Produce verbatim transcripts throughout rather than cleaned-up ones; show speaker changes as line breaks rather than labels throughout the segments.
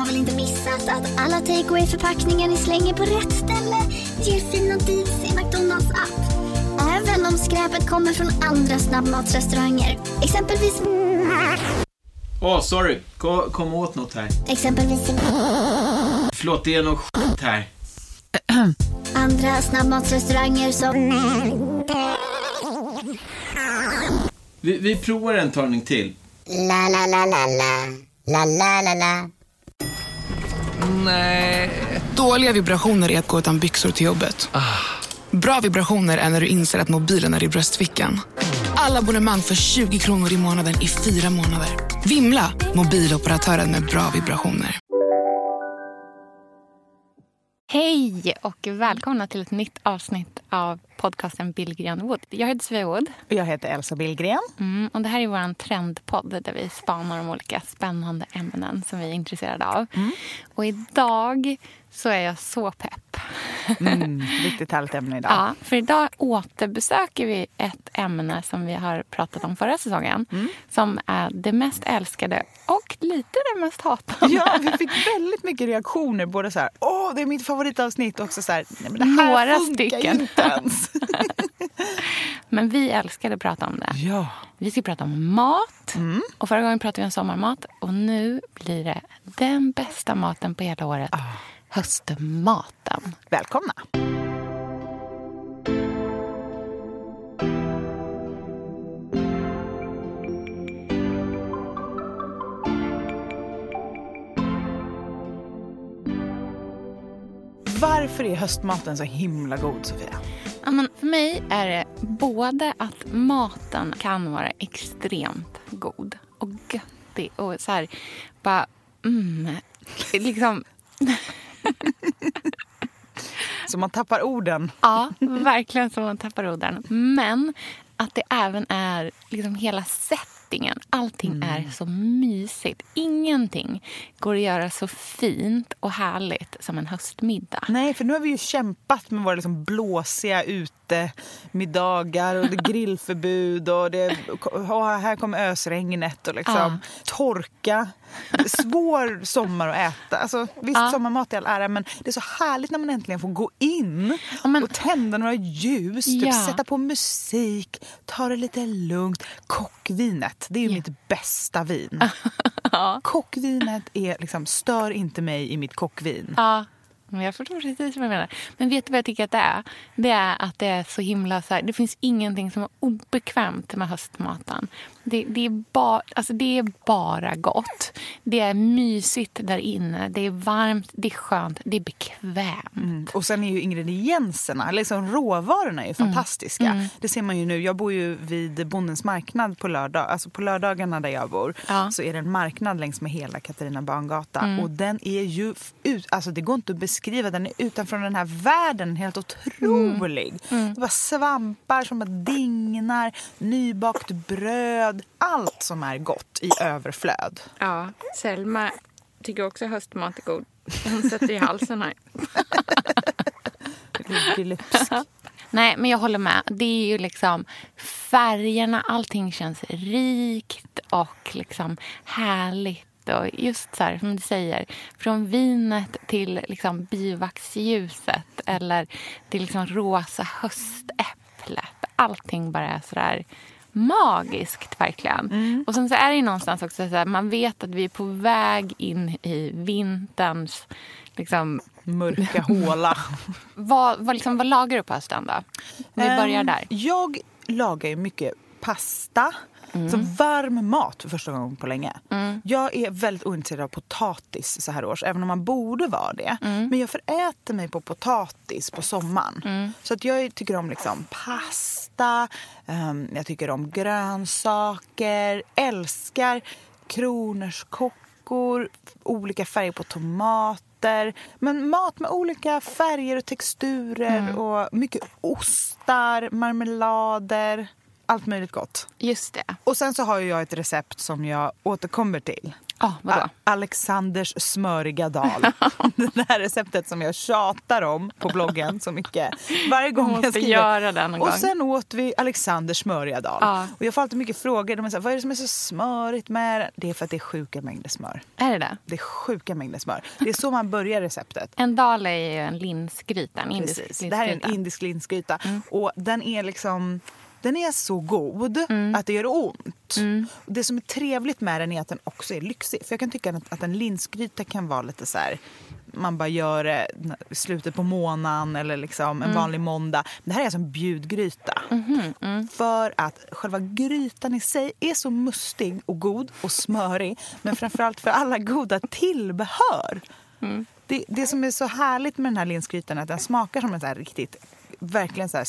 har väl inte missat att alla takeaway-förpackningar ni slänger på rätt ställe ger fina deals i McDonalds app. Även om skräpet kommer från andra snabbmatsrestauranger. Exempelvis...
Åh, oh, sorry. Kom, kom åt något här.
Exempelvis...
Förlåt, det är något skit här.
Andra snabbmatsrestauranger som...
Vi, vi provar en talning till.
La la la la la. La la la la.
Nej. Dåliga vibrationer är att gå utan byxor till jobbet. Ah. Bra vibrationer är när du inser att mobilen är i bröstfickan. Alla abonnemang för tjugo kronor i månaden i fyra månader. Vimla, mobiloperatören med bra vibrationer.
Hej och välkomna till ett nytt avsnitt av podcasten Billgren Wood. Jag heter Svea Wood.
Och jag heter Elsa Billgren.
Mm, och det här är vår trendpodd där vi spanar om olika spännande ämnen som vi är intresserade av. Mm. Och idag så är jag så pepp.
Mm, riktigt härligt ämne idag.
Ja, för idag återbesöker vi ett ämne som vi har pratat om förra säsongen. Mm. Som är det mest älskade och lite det mest hatade.
Ja, vi fick väldigt mycket reaktioner. Både så här, åh det är mitt favoritavsnitt. Och också så här, nej men det här
några
funkar
stycken.
Inte ens.
Men vi älskade att prata om det.
Ja.
Vi ska prata om mat.
Mm. Och
förra gången pratade vi om sommarmat. Och nu blir det den bästa maten på hela året. Ah. Höstmaten.
Välkomna. Varför är höstmaten så himla god, Sofia?
Ja, men för mig är det både att maten kan vara extremt god och göttig och så här bara mm, liksom
så man tappar orden.
Ja, verkligen så man tappar orden. Men att det även är liksom hela sättningen. Allting mm. är så mysigt. Ingenting går att göra så fint och härligt som en höstmiddag.
Nej, för nu har vi ju kämpat med våra liksom blåsiga utemiddagar och det grillförbud och det och här kommer ösregnet och liksom ja. torka. Svår sommar att äta. Alltså, visst, ja. sommarmat är all ära, men det är så härligt när man äntligen får gå in ja, men, och tända några ljus, ja. typ, sätta på musik, ta det lite lugnt. Kockvinet, det är ju ja. mitt bästa vin. Ja. Kockvinet är liksom, stör inte mig i mitt kockvin.
Ja. Men jag förstår precis vad jag menar. Men vet du vad jag tycker att det är? Det är att det är så himla så här, det finns ingenting som är obekvämt med höstmaten. Det, det, är ba, alltså det är bara gott. Det är mysigt där inne. Det är varmt, det är skönt, det är bekvämt.
Mm. Och sen är ju ingredienserna, liksom råvarorna är ju mm. fantastiska. Mm. Det ser man ju nu. Jag bor ju vid Bondens marknad på lördag. Alltså på lördagarna där jag bor ja. så är det en marknad längs med hela Katarina Barngata. Mm. Och den är ju, ut, alltså det går inte att beskriva. Den är utanför den här världen helt otrolig. Mm. Mm. Det var svampar som bara dignar, nybakt bröd, allt som är gott i överflöd.
Ja, Selma tycker också höstmat är god. Hon sätter i halsen här. Nej, men jag håller med. Det är ju liksom färgerna, allting känns rikt och liksom härligt. Och just så här, som du säger, från vinet till liksom bivaxljuset eller till liksom rosa höstäpplet. Allting bara är så där magiskt verkligen. Mm. Och sen så är det ju någonstans också så här, man vet att vi är på väg in i vinterns liksom
mörka håla.
vad, vad, liksom, vad lagar du på hösten då? Vi um, börjar där.
Jag lagar ju mycket pasta. Mm. Så varm mat för första gången på länge. Mm. Jag är väldigt ointresserad av potatis så här års, även om man borde vara det. Mm. Men jag föräter mig på potatis på sommaren. Mm. Så att jag tycker om liksom pasta, um, jag tycker om grönsaker, älskar kronärtskockor, olika färger på tomater. Men mat med olika färger och texturer mm. och mycket ostar, marmelader. allt möjligt gott.
Just det.
Och sen så har ju jag ett recept som jag återkommer till.
Ja, oh, vadå?
A- Alexanders smöriga dal. Det här receptet som jag tjatar om på bloggen så mycket. Varje gång
jag
skriver.
Göra den någon
och
gång.
sen åt vi Alexanders smöriga dal.
Ja.
Och jag får alltid mycket frågor. De är så här, vad är det som är så smörigt med det? Det är för att det är sjuka mängder smör.
Är det det?
Det är sjuka mängder smör. Det är så man börjar receptet.
En dal är ju en linsgryta. En indisk
Precis.
linsgryta.
Det här är en indisk linsgryta.
Mm.
Och den är liksom... Den är så god
mm.
att det gör ont.
Mm.
Det som är trevligt med den är att den också är lyxig. För jag kan tycka att, att en linsgryta kan vara lite så här... Man bara gör det i slutet på månaden eller liksom en mm. vanlig måndag. Det här är alltså en bjudgryta.
Mm. Mm.
För att själva grytan i sig är så mustig och god och smörig. Men framförallt för alla goda tillbehör. Mm. Det, det som är så härligt med den här linsgrytan är att den smakar som en så här riktigt... verkligen så här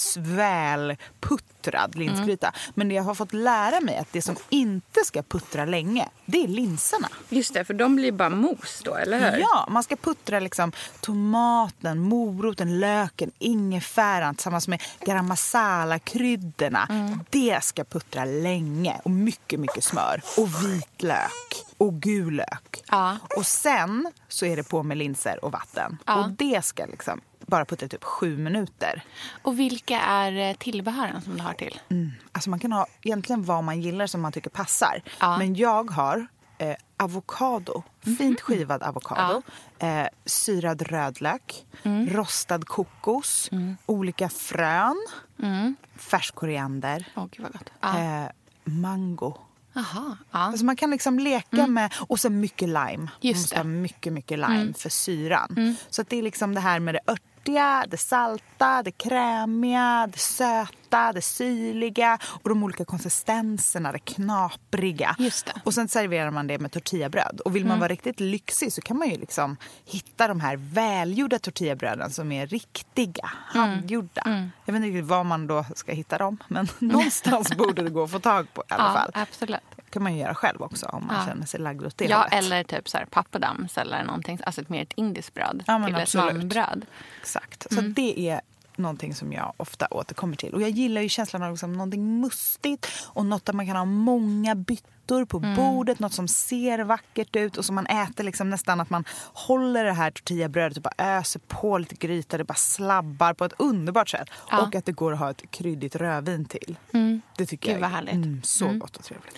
svälputtrad linsgryta. Mm. Men det jag har fått lära mig att det som inte ska puttra länge, det är linserna.
Just det, för de blir bara mos då, eller hur?
Ja, man ska puttra liksom tomaten, moroten, löken, ingefäran tillsammans med garam masala-kryddorna. Mm. Det ska puttra länge och mycket, mycket smör. Och vitlök och gul lök.
Ja.
Och sen så är det på med linser och vatten. Ja. Och det ska liksom bara puttra typ sju minuter.
Och vilka är tillbehören som du har till?
Mm. Alltså man kan ha egentligen vad man gillar som man tycker passar.
Ja.
Men jag har eh, avokado, mm. fint skivad avokado, ja. eh, syrad rödlök, mm. rostad kokos, mm. olika frön, mm. färsk koriander,
oh, gud vad gott. Ja.
Eh, mango.
Aha, ja.
Alltså man kan liksom leka mm. med, och så mycket lime.
Just
man måste
det.
ha mycket, mycket lime
mm.
för syran.
Mm.
Så att det är liksom det här med det örtiga, det salta, det krämiga, det söta, det syrliga och de olika konsistenserna, det knapriga.
Just det.
Och sen serverar man det med tortillabröd. Och vill man mm. vara riktigt lyxig så kan man ju liksom hitta de här välgjorda tortillabröden som är riktiga, mm. handgjorda. Mm. Jag vet inte riktigt var man då ska hitta dem, men någonstans borde det gå att få tag på i alla
ja,
fall.
Absolut.
Kan man ju göra själv också om man ja. känner sig lagd åt det
Ja,
hållet.
eller typ så här pappodams eller någonting, alltså ett mer ett indiskt bröd
ja, men
till
absolut.
ett namnbröd.
Exakt. Så mm. det är någonting som jag ofta återkommer till. Och jag gillar ju känslan av liksom någonting mustigt och något där man kan ha många byttor på mm. bordet, något som ser vackert ut och som man äter liksom nästan att man håller det här tortillabrödet och bara öser på lite gryta, det bara slabbar på ett underbart sätt. Ja. Och att det går att ha ett kryddigt rödvin till. Mm. Det tycker
Gud,
jag
är
mm, så mm. gott och trevligt.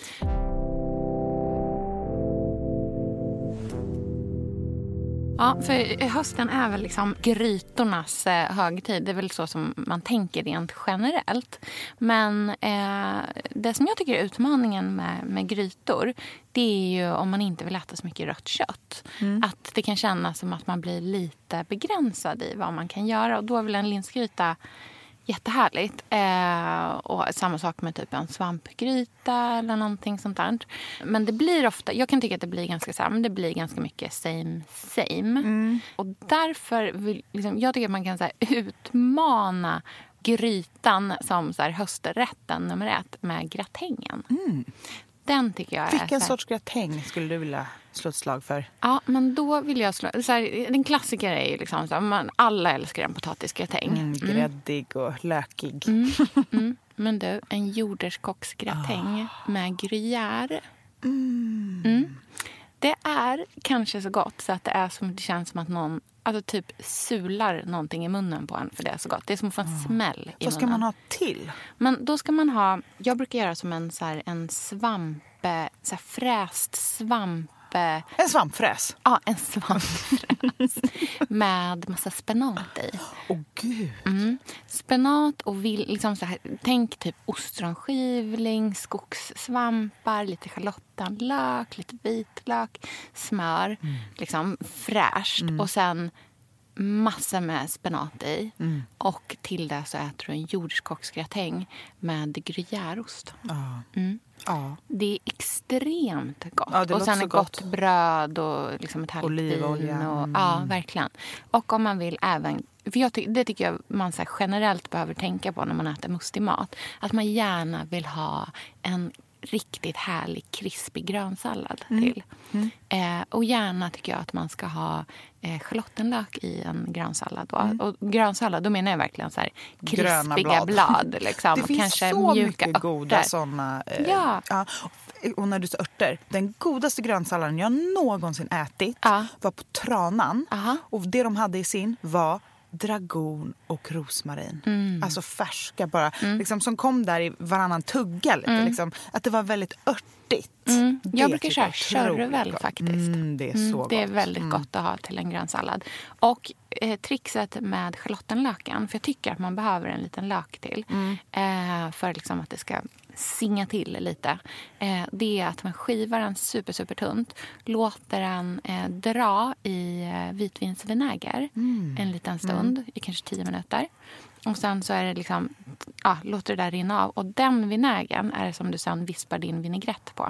Ja, för hösten är väl liksom grytornas eh, högtid. Det är väl så som man tänker rent generellt. Men eh, det som jag tycker är utmaningen med, med grytor, det är ju om man inte vill äta så mycket rött kött. Mm. Att det kan kännas som att man blir lite begränsad i vad man kan göra. Och då är väl en linsgryta jättehärligt. Eh, och samma sak med typ en svampgryta eller någonting sånt där. Men det blir ofta, jag kan tycka att det blir ganska så här, men det blir ganska mycket same same. Mm. Och därför vill liksom, jag tycker att man kan så här, utmana grytan som så här, hösträtten nummer ett med gratängen. Mm. Den tycker jag är
Vilken
så här,
sorts gratäng skulle du vilja slå ett slag för?
Ja, men då vill jag slå... Så här, den klassiker är ju liksom så här, man, alla älskar en potatisgratäng.
Mm, gräddig mm. och lökig.
Mm, mm. Men du, en jorderskocksgratäng oh. med gruyère. Mm. Mm. Det är kanske så gott så att det är som det känns som att någon alltså typ sular någonting i munnen på en för det är så gott. Det är som att få en oh. smäll i munnen.
Vad ska man ha till?
Men då ska man ha... Jag brukar göra som en, så här, en svamp... Så här, fräst svamp...
En svampfräs?
Ja, en svampfräs. Med massa spenat i.
Åh, oh, gud.
Mm. Spenat och vill, liksom så här, tänk typ ostronskivling, skogssvampar, lite schalottenlök, lite vitlök, smör. Mm. Liksom fräscht. Mm. Och sen massor med spenat i. Mm. Och till det så äter du en jordskocksgratäng med gruyèreost.
Ja.
Mm.
Ja.
Det är extremt gott.
Ja,
och sen ett gott, gott bröd och liksom ett härligt
olivolja.
vin. Och,
mm.
Ja, verkligen. Och om man vill även... För jag ty- det tycker jag man så här generellt behöver tänka på när man äter mustig mat. Att man gärna vill ha en riktigt härlig krispig grönsallad
Mm.
till.
Mm.
Eh, och gärna tycker jag att man ska ha eh, schalottenlök i en grönsallad. Då.
Mm.
Och grönsallad, då menar jag verkligen så här
Gröna
krispiga
blad.
blad. Liksom.
Det
Och
finns
kanske
så
mjuka
mycket
örter.
goda sådana. Eh,
Ja.
ja. Och när du sa örter, den godaste grönsalladen jag någonsin ätit
Ja.
var på Tranan.
Aha.
Och det de hade i sin var dragon och rosmarin.
Mm.
Alltså färska bara. Liksom, som kom där i varannan tugga lite.
Mm.
Liksom, att det var väldigt örtigt.
Mm.
Det
Jag brukar
tycker
köra
är otroligt
körvel
gott.
faktiskt.
Mm, det är
Mm,
så gott.
det är väldigt
Mm.
gott att ha till en grönsallad. Och eh, trixet med schalottenlöken, för jag tycker att man behöver en liten lök till.
Mm.
Eh, för liksom att det ska singa till lite. Eh, det är att man skivar den super, super tunt. Låter den eh, dra i eh, vitvinsvinäger
Mm.
en liten stund, i kanske tio minuter. Och sen så är det liksom, ja, låter det där rinna av. Och den vinägen är det som du sen vispar din vinägrett på.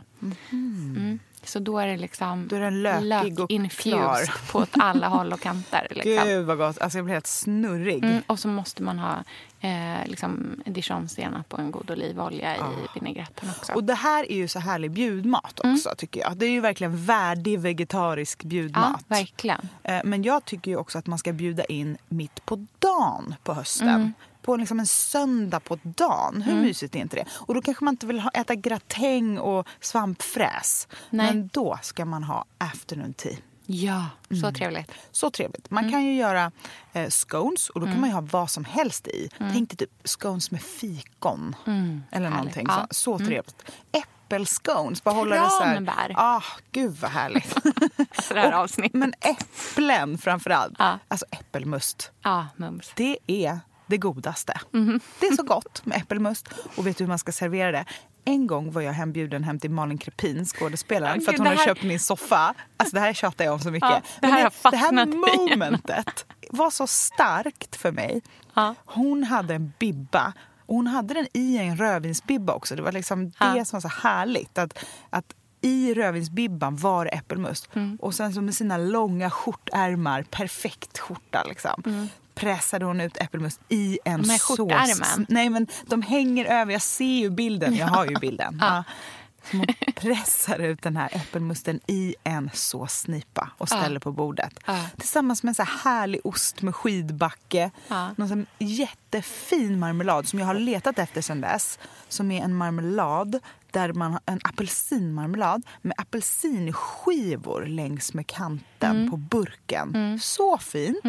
Mm. Så då är det liksom
Då är den lökig och klar.
lökinfused på alla håll och kanter. Liksom.
Gud vad gott. Alltså jag blir helt snurrig.
Mm, och så måste man ha eh, liksom dijonsenap och en god olivolja i vinägretten också.
Och det här är ju så härlig bjudmat också, tycker jag. Det är ju verkligen värdig vegetarisk
ja,
bjudmat.
verkligen.
Eh, Men jag tycker ju också att man ska bjuda in mitt på dagen på hösten.
Mm.
På liksom en söndag på dagen. Hur mysigt är inte det? Och då kanske man inte vill ha, äta gratäng och svampfräs.
Nej.
Men då ska man ha afternoon tea.
Ja,
Mm.
så trevligt.
Så trevligt. Man kan ju göra eh, scones och då kan man ju ha vad som helst i. Tänk dig typ scones med fikon.
Mm,
Eller
härligt.
någonting
Ja.
så. Så trevligt. Äppelscones. Bara hålla det så här.
Tranbär.
Ah, gud vad härligt.
Alltså det här
Och-
avsnittet.
Men äpplen framför allt.
Ja.
Alltså äppelmust.
Ja, mums.
Det är det godaste.
Mhm.
Det är så gott med äppelmust. Och vet du hur man ska servera det? En gång var jag hembjuden hem till Malin Krepin, skådespelaren,
Ja,
för att
gud,
hon
det
har
här-
köpt min soffa. Alltså det här tjatar jag om så mycket.
Ja, det här
Men
har
det, det här
fastnat i en.
momentet var så starkt för mig.
Ja.
Hon hade en bibba. Och hon hade den i en rödvinsbibba också. Det var liksom
Ja.
det som var så härligt. Att, att i rödvinsbibban var det äppelmust.
Mm.
Och sen så med sina långa skjortärmar, perfekt skjorta liksom.
Mm.
Pressade hon ut äppelmust i en
Med
sås.
skjortärmen?
Nej, men de hänger över. Jag ser ju bilden. Jag har ju bilden. Ja. Så hon pressar ut den här äppelmusten i en såsnipa och ställer
Ja.
på bordet.
Ja.
Tillsammans med en så här härlig ost med skidbacke.
Ja.
Någon sån jättefin marmelad som jag har letat efter sedan dess. Som är en marmelad där man har en apelsinmarmelad med apelsinskivor längs med kanten
Mm.
på burken. Så fint.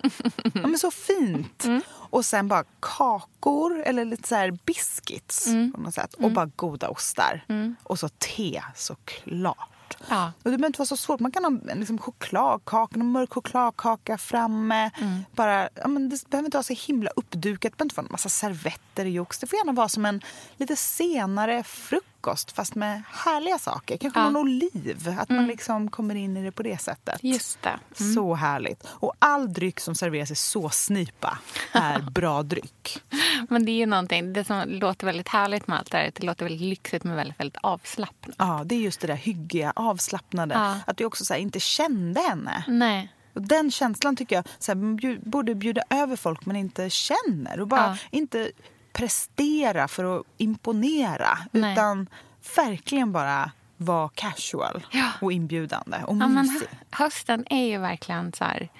Ja, men så fint.
Mm.
Och sen bara kakor eller lite så här biscuits
Mm.
på något sätt. Och bara goda ostar. Och så te, såklart.
Ja.
Och det behöver inte vara så svårt. Man kan ha liksom chokladkaka, en mörk chokladkaka framme.
Mm.
Bara, ja, men det behöver inte vara så himla uppdukat. Det behöver inte vara en massa servetter och jox. Det får gärna vara som en lite senare frukost fast med härliga saker. Kanske
Ja.
någon oliv. Att man liksom kommer in i det på det sättet.
Just det.
Så härligt. Och all dryck som serveras i såsnipa är bra dryck.
Men det är ju någonting, det som låter väldigt härligt med allt det här, det låter väldigt lyxigt men väldigt, väldigt avslappnat.
Ja, det är just det där hyggiga, avslappnade.
Ja.
Att du också så här, inte kände henne.
Nej.
Och den känslan tycker jag så här, man bjud, borde bjuda över folk men inte känner. Och bara
Ja.
inte prestera för att imponera.
Nej.
Utan verkligen bara vara casual
Ja.
och inbjudande och
Ja, men
mysig.
hösten är ju verkligen så här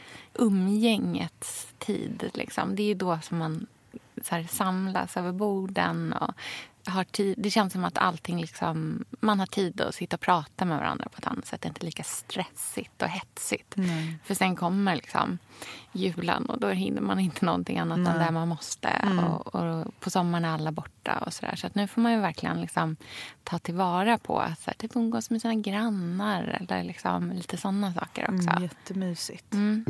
umgängets tid. Liksom. Det är ju då som man så här, samlas över borden och har tid. Det känns som att allting liksom, man har tid att sitta och prata med varandra på ett annat sätt. Det är inte lika stressigt och hetsigt.
Nej.
För sen kommer liksom julen och då hinner man inte någonting annat
Nej.
än där man måste.
Mm.
Och, och på sommaren är alla borta och sådär. Så att nu får man ju verkligen liksom ta tillvara på att så här, typ umgås med sina grannar eller liksom lite sådana saker också.
Mm, jättemysigt.
Mm.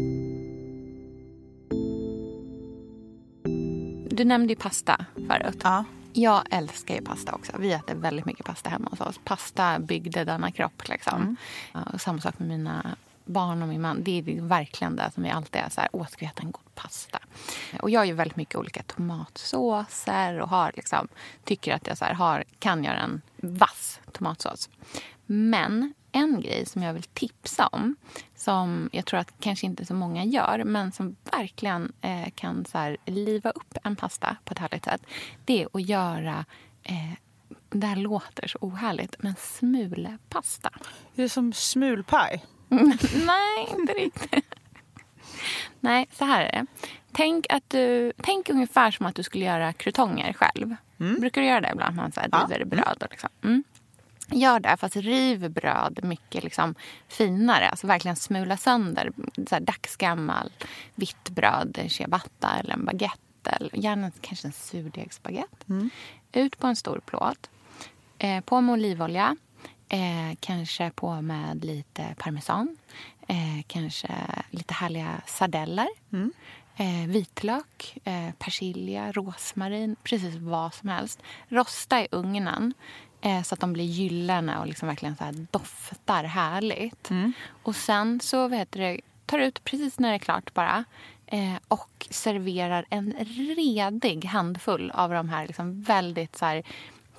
Du nämnde ju pasta förut.
Ja.
Jag älskar ju pasta också. Vi äter väldigt mycket pasta hemma hos oss. Pasta byggde denna kropp liksom.
Mm.
Ja, och samma sak med mina barn och min man. Det är verkligen det som vi alltid är så här, åt ska vi äta en god pasta. Och jag gör väldigt mycket olika tomatsåser och har liksom, tycker att jag så här, har, kan göra en vass tomatsås. Men en grej som jag vill tipsa om, som jag tror att kanske inte så många gör, men som verkligen eh, kan så här, liva upp en pasta på ett härligt sätt, det är att göra eh, det här låter så ohärligt, men smulepasta.
Är det som smulpaj?
Nej, inte riktigt. Nej, så här är det. Tänk, att du, tänk ungefär som att du skulle göra krutonger själv. Mm. Brukar du göra det ibland? Man så här river ja. bröd. Och liksom. mm. Gör det, fast riv bröd mycket liksom finare. Alltså verkligen smula sönder. Så här dagsgammal vitt bröd, ciabatta eller en baguette. Eller gärna kanske en surdegsbaguette. Mm. Ut på en stor plåt. Eh, på med olivolja. Eh, kanske på med lite parmesan. Eh, kanske lite härliga sardeller. Mm. Eh, vitlök, eh, persilja, rosmarin. Precis vad som helst. Rosta i ugnen. Eh, så att de blir gyllene och liksom verkligen så här doftar härligt. Mm. Och sen så vet du, tar ut precis när det är klart bara. Eh, och serverar en redig handfull av de här liksom väldigt så här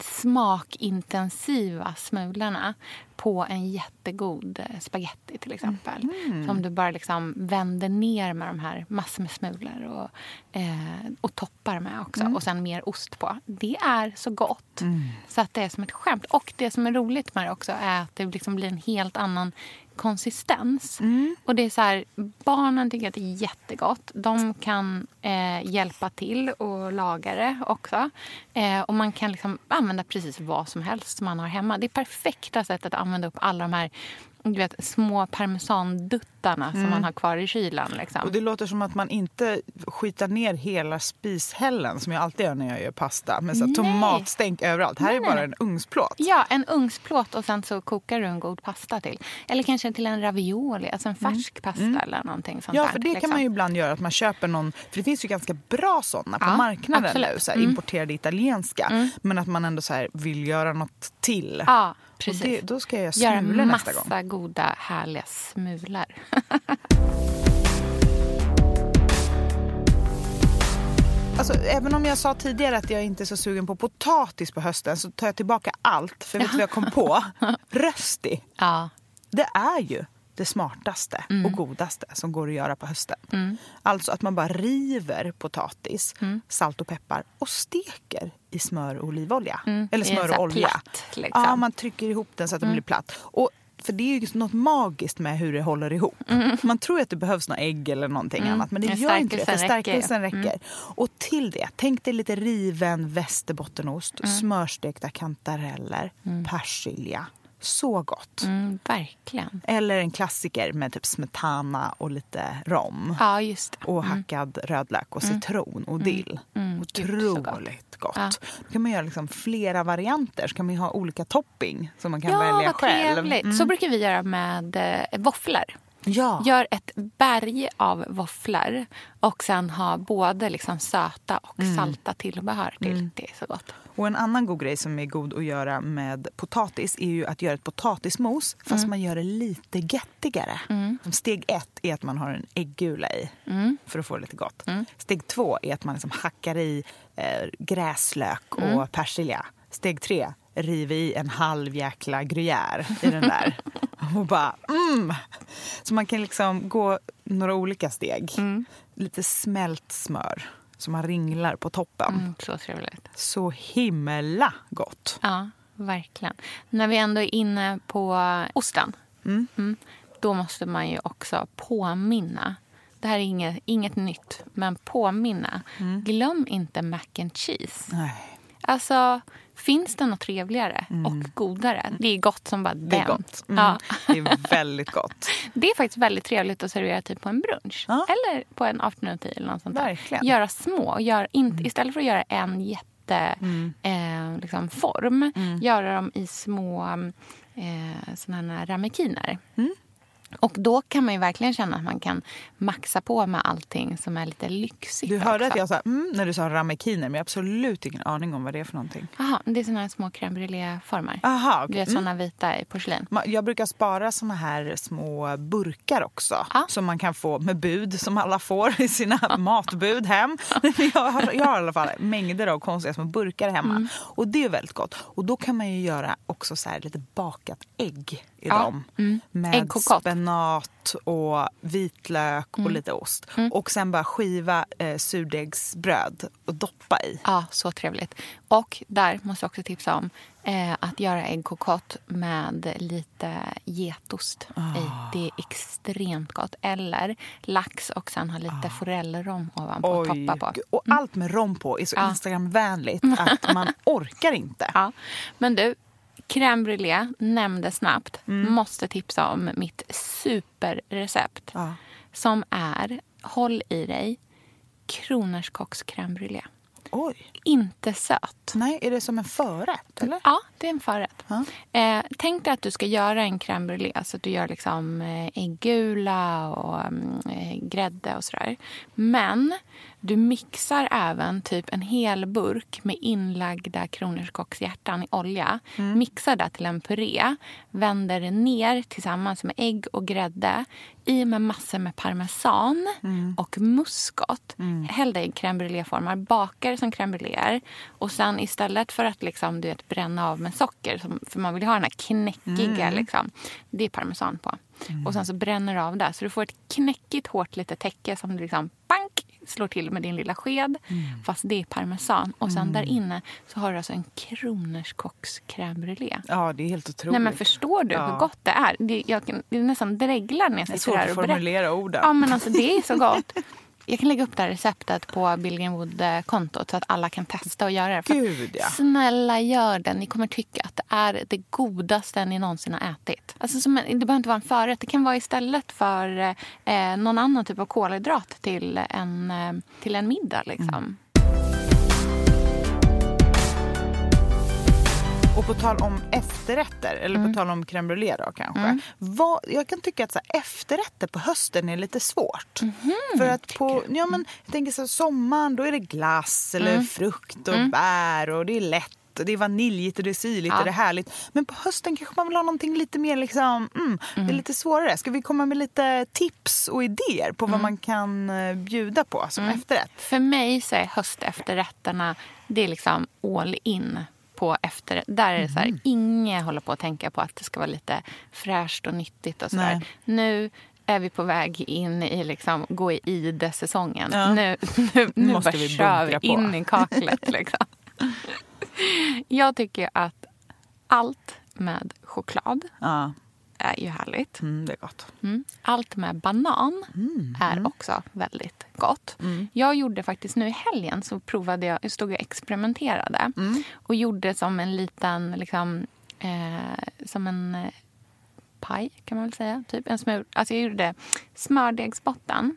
smakintensiva smulorna på en jättegod spaghetti till exempel. Mm. Som du bara liksom vänder ner med de här massor med smulor och, eh, och toppar med också. Mm. Och sen mer ost på. Det är så gott. Mm. Så att det är som ett skämt. Och det som är roligt med det också är att det liksom blir en helt annan konsistens. Mm. Och det är så här, barnen tycker att det är jättegott. De kan eh, hjälpa till och laga det också. Eh, och man kan liksom använda precis vad som helst som man har hemma. Det är perfekta sättet att använda upp alla de här du vet, små parmesanduttarna mm. som man har kvar i kylan. Liksom.
Och det låter som att man inte skitar ner hela spishällen som jag alltid gör när jag gör pasta. Med så här tomatstänk överallt. Här nej, är bara nej. en ugnsplåt.
Ja, en ugnsplåt och sen så kokar du en god pasta till. Eller kanske till en ravioli, alltså en färsk mm. pasta mm. eller någonting sånt.
Ja,
där,
för det
liksom.
kan man ju ibland göra att man köper någon, för det finns ju ganska bra sådana på
ja,
marknaden
absolut.
nu, så här,
mm.
importerade italienska. Mm. Men att man ändå så här vill göra något till.
Ja, precis.
Och det, då ska jag göra smulor nästa gång.
Göra massa goda, härliga smulor.
Alltså, även om jag sa tidigare att jag inte är så sugen på potatis på hösten så tar jag tillbaka allt. För vet du vad jag kom på? Rösti.
Ja.
Det är ju det smartaste mm. och godaste som går att göra på hösten. Mm. Alltså att man bara river potatis, mm. salt och peppar och steker i smör och olivolja. Mm. Eller smör och olja.
Platt, liksom.
Ja, man trycker ihop den så att den
mm.
blir platt. Och för det är ju något magiskt med hur det håller ihop. Mm. Man tror att det behövs något ägg eller någonting mm. annat. Men det gör inte det, för stärkelsen räcker. räcker. Mm. Och till det, tänk dig lite riven västerbottenost, mm. smörstekta kantareller, mm. persilja. Så gott.
Mm, verkligen.
Eller en klassiker med typ smetana och lite rom.
Ja, just det.
Och hackad mm. rödlök och citron och dill. Mm. Mm. Otroligt gott. Ja. Då kan man göra liksom flera varianter. Så kan man ha olika topping som man kan
ja,
välja själv.
Ja, trevligt. Mm. Så brukar vi göra med eh, våfflor.
Ja.
Gör ett berg av våfflor och sen ha både liksom söta och mm. salta tillbehör till. Mm. Det är så gott.
Och en annan god grej som är god att göra med potatis är ju att göra ett potatismos fast mm. man gör det lite göttigare. Mm. Steg ett är att man har en äggula i mm. för att få det lite gott. Mm. Steg två är att man liksom hackar i eh, gräslök och mm. persilja. Steg tre, river i en halv jäkla gruyère i den där. Och bara, mm! Så man kan liksom gå några olika steg. Mm. Lite smält smör som man ringlar på toppen.
Mm, så trevligt.
Så himla gott.
Ja, verkligen. När vi ändå är inne på osten, mm. Mm, då måste man ju också påminna. Det här är inget, inget nytt, men påminna. Mm. Glöm inte mac and cheese.
Nej.
Alltså, finns det något trevligare mm. och godare? Det är gott som bara den.
Det är gott. Mm. Ja. Det är väldigt gott.
Det är faktiskt väldigt trevligt att servera typ på en brunch. Ja. Eller på en afternoon tea eller något sånt där.
Verkligen.
Göra små. Gör inte, mm. Istället för att göra en jätte mm. eh, liksom form. Mm. Göra dem i små eh, såna här ramekiner. Mm. Och då kan man ju verkligen känna att man kan maxa på med allting som är lite lyxigt.
Du hörde
också.
Att jag sa mm, när du sa ramekiner, men jag har absolut ingen aning om vad det är för någonting.
Jaha, det är såna här små crème brûlée-former.
Aha, okay.
Du vet, såna vita i porslin.
Jag brukar spara såna här små burkar också. Ah. Som man kan få med bud, som alla får i sina matbud hem. jag, har, jag har i alla fall mängder av konstiga små burkar hemma. Mm. Och det är väldigt gott. Och då kan man ju göra också så här lite bakat ägg i
ja.
dem.
Mm.
Med spenat och vitlök mm. och lite ost. Mm. Och sen bara skiva eh, surdegsbröd och doppa i.
Ja, så trevligt. Och där måste jag också tipsa om eh, att göra äggkokott med lite getost oh. i. Det är extremt gott. Eller lax och sen ha lite oh. forellrom ovanpå och toppa på. Mm.
Och allt med rom på är så ja. Instagramvänligt att man orkar inte.
Ja. Men du, crème brûlée nämnde snabbt. Mm. Måste tipsa om mitt superrecept. Ja. Som är, håll i dig, Kronärtskocks crème brûlée.
Oj.
Inte söt.
Nej, är det som en förrätt, eller?
Ja, det är en förrätt.
Ja.
Eh, tänk dig att du ska göra en crème brûlée. Så att du gör liksom eh, äggula och eh, grädde och sådär. Men du mixar även typ en hel burk med inlagda kronärtskockshjärtan i olja. Mm. Mixar det till en puré. Vänder det ner tillsammans med ägg och grädde. I med massor med parmesan mm. och muskot. Mm. Häll det i crème brûlée-formar. Bakar som crème brûlée. Och sen istället för att liksom, du vet, bränna av med socker. Som, för man vill ha den här knäckiga. Mm. Liksom, det är parmesan på. Mm. Och sen så bränner du av det. Så du får ett knäckigt hårt litet täcke som du liksom bank, slår till med din lilla sked. Mm. Fast det är parmesan. Och sen mm. där inne så har du alltså en Kronärtskocks crème brûlée.
Ja, det är helt otroligt.
Nej, men förstår du ja. hur gott det är? Det, jag kan, det är nästan dreglar när jag sitter här och berättar.
Det är svårt att formulera orden.
Ja, men alltså det är så gott. Jag kan lägga upp det här receptet på Billgrenwood-kontot så att alla kan testa och göra det. För
Gud, ja.
Snälla, gör det. Ni kommer tycka att det är det godaste ni någonsin har ätit. Alltså, som en, det behöver inte vara en förrätt. Det kan vara istället för eh, någon annan typ av kolhydrat till en, eh, till en middag. Liksom. Mm.
Och på tal om efterrätter, eller mm. på tal om crème brûlée då kanske. Mm. Vad, jag kan tycka att så här, efterrätter på hösten är lite svårt. Mm-hmm. För att på, ja men jag tänker så sommaren, då är det glass eller mm. frukt och mm. bär och det är lätt. Och det är vaniljigt och det är syrligt ja. och det är härligt. Men på hösten kanske man vill ha någonting lite mer liksom, mm, mm. det är lite svårare. Ska vi komma med lite tips och idéer på mm. vad man kan bjuda på som mm. efterrätt?
För mig så är höstefterrätterna, det är liksom all in. På efter, där är det så här, mm. ingen håller på att tänka på att det ska vara lite fräscht och nyttigt och så där. Nu är vi på väg in i liksom, gå i ide-säsongen. Ja. Nu, nu, nu bara vi kör vi in i kaklet. Liksom. Jag tycker att allt med choklad ja. är ju härligt.
Mm, det är gott.
Mm. Allt med banan mm. är mm. också väldigt gott. Mm. Jag gjorde faktiskt nu i helgen så provade jag, jag stod och experimenterade mm. och gjorde som en liten liksom eh, som en eh, paj kan man väl säga, typ en smör. Alltså jag gjorde smördegsbotten,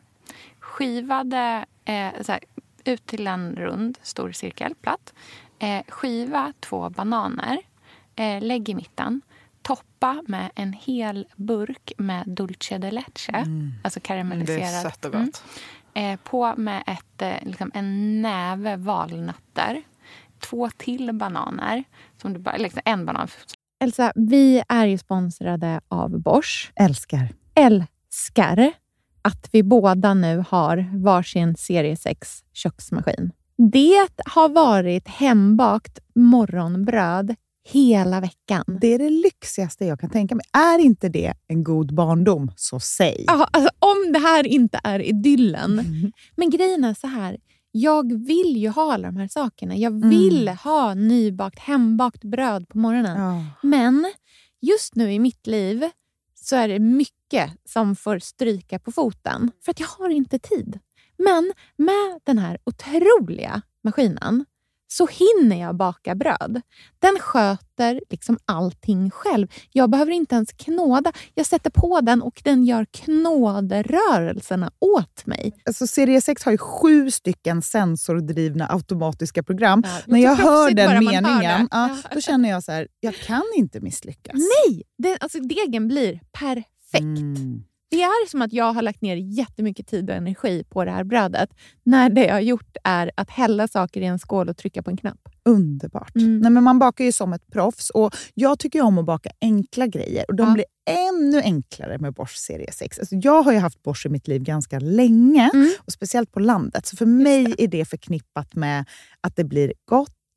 skivade eh, så här, ut till en rund stor cirkel platt. Eh, skiva två bananer, eh, lägg i mitten. Toppa med en hel burk med dulce de leche. Mm. Alltså karamelliserad.
Det är sött och gott.
Mm. Eh, på med ett, eh, liksom en näve valnötter. Två till bananer. Som du bara, liksom en banan.
Elsa, vi är ju sponsrade av Bosch.
Älskar.
Älskar att vi båda nu har varsin serie sex köksmaskin. Det har varit hembakt morgonbröd hela veckan.
Det är det lyxigaste jag kan tänka mig. Är inte det en god barndom, så säg.
Ja, alltså, om det här inte är idyllen. Mm. Men grejen är så här. Jag vill ju ha alla de här sakerna. Jag vill mm. ha nybakt, hembakt bröd på morgonen. Ja. Men just nu i mitt liv så är det mycket som får stryka på foten. För att jag har inte tid. Men med den här otroliga maskinen så hinner jag baka bröd. Den sköter liksom allting själv. Jag behöver inte ens knåda. Jag sätter på den och den gör knåderörelserna åt mig.
Alltså serie sex har ju sju stycken sensordrivna automatiska program. Ja, när jag hör den meningen, hör ja, då känner jag så här, jag kan inte misslyckas.
Nej, det, alltså degen blir perfekt. Mm. Det är som att jag har lagt ner jättemycket tid och energi på det här brödet. När det jag har gjort är att hälla saker i en skål och trycka på en knapp.
Underbart. Mm. Nej, men man bakar ju som ett proffs. Och jag tycker om att baka enkla grejer. Och de ja. blir ännu enklare med Bosch serie sex. Alltså jag har ju haft Bosch i mitt liv ganska länge. Mm. Och speciellt på landet. Så för mig är det förknippat med att det blir gott.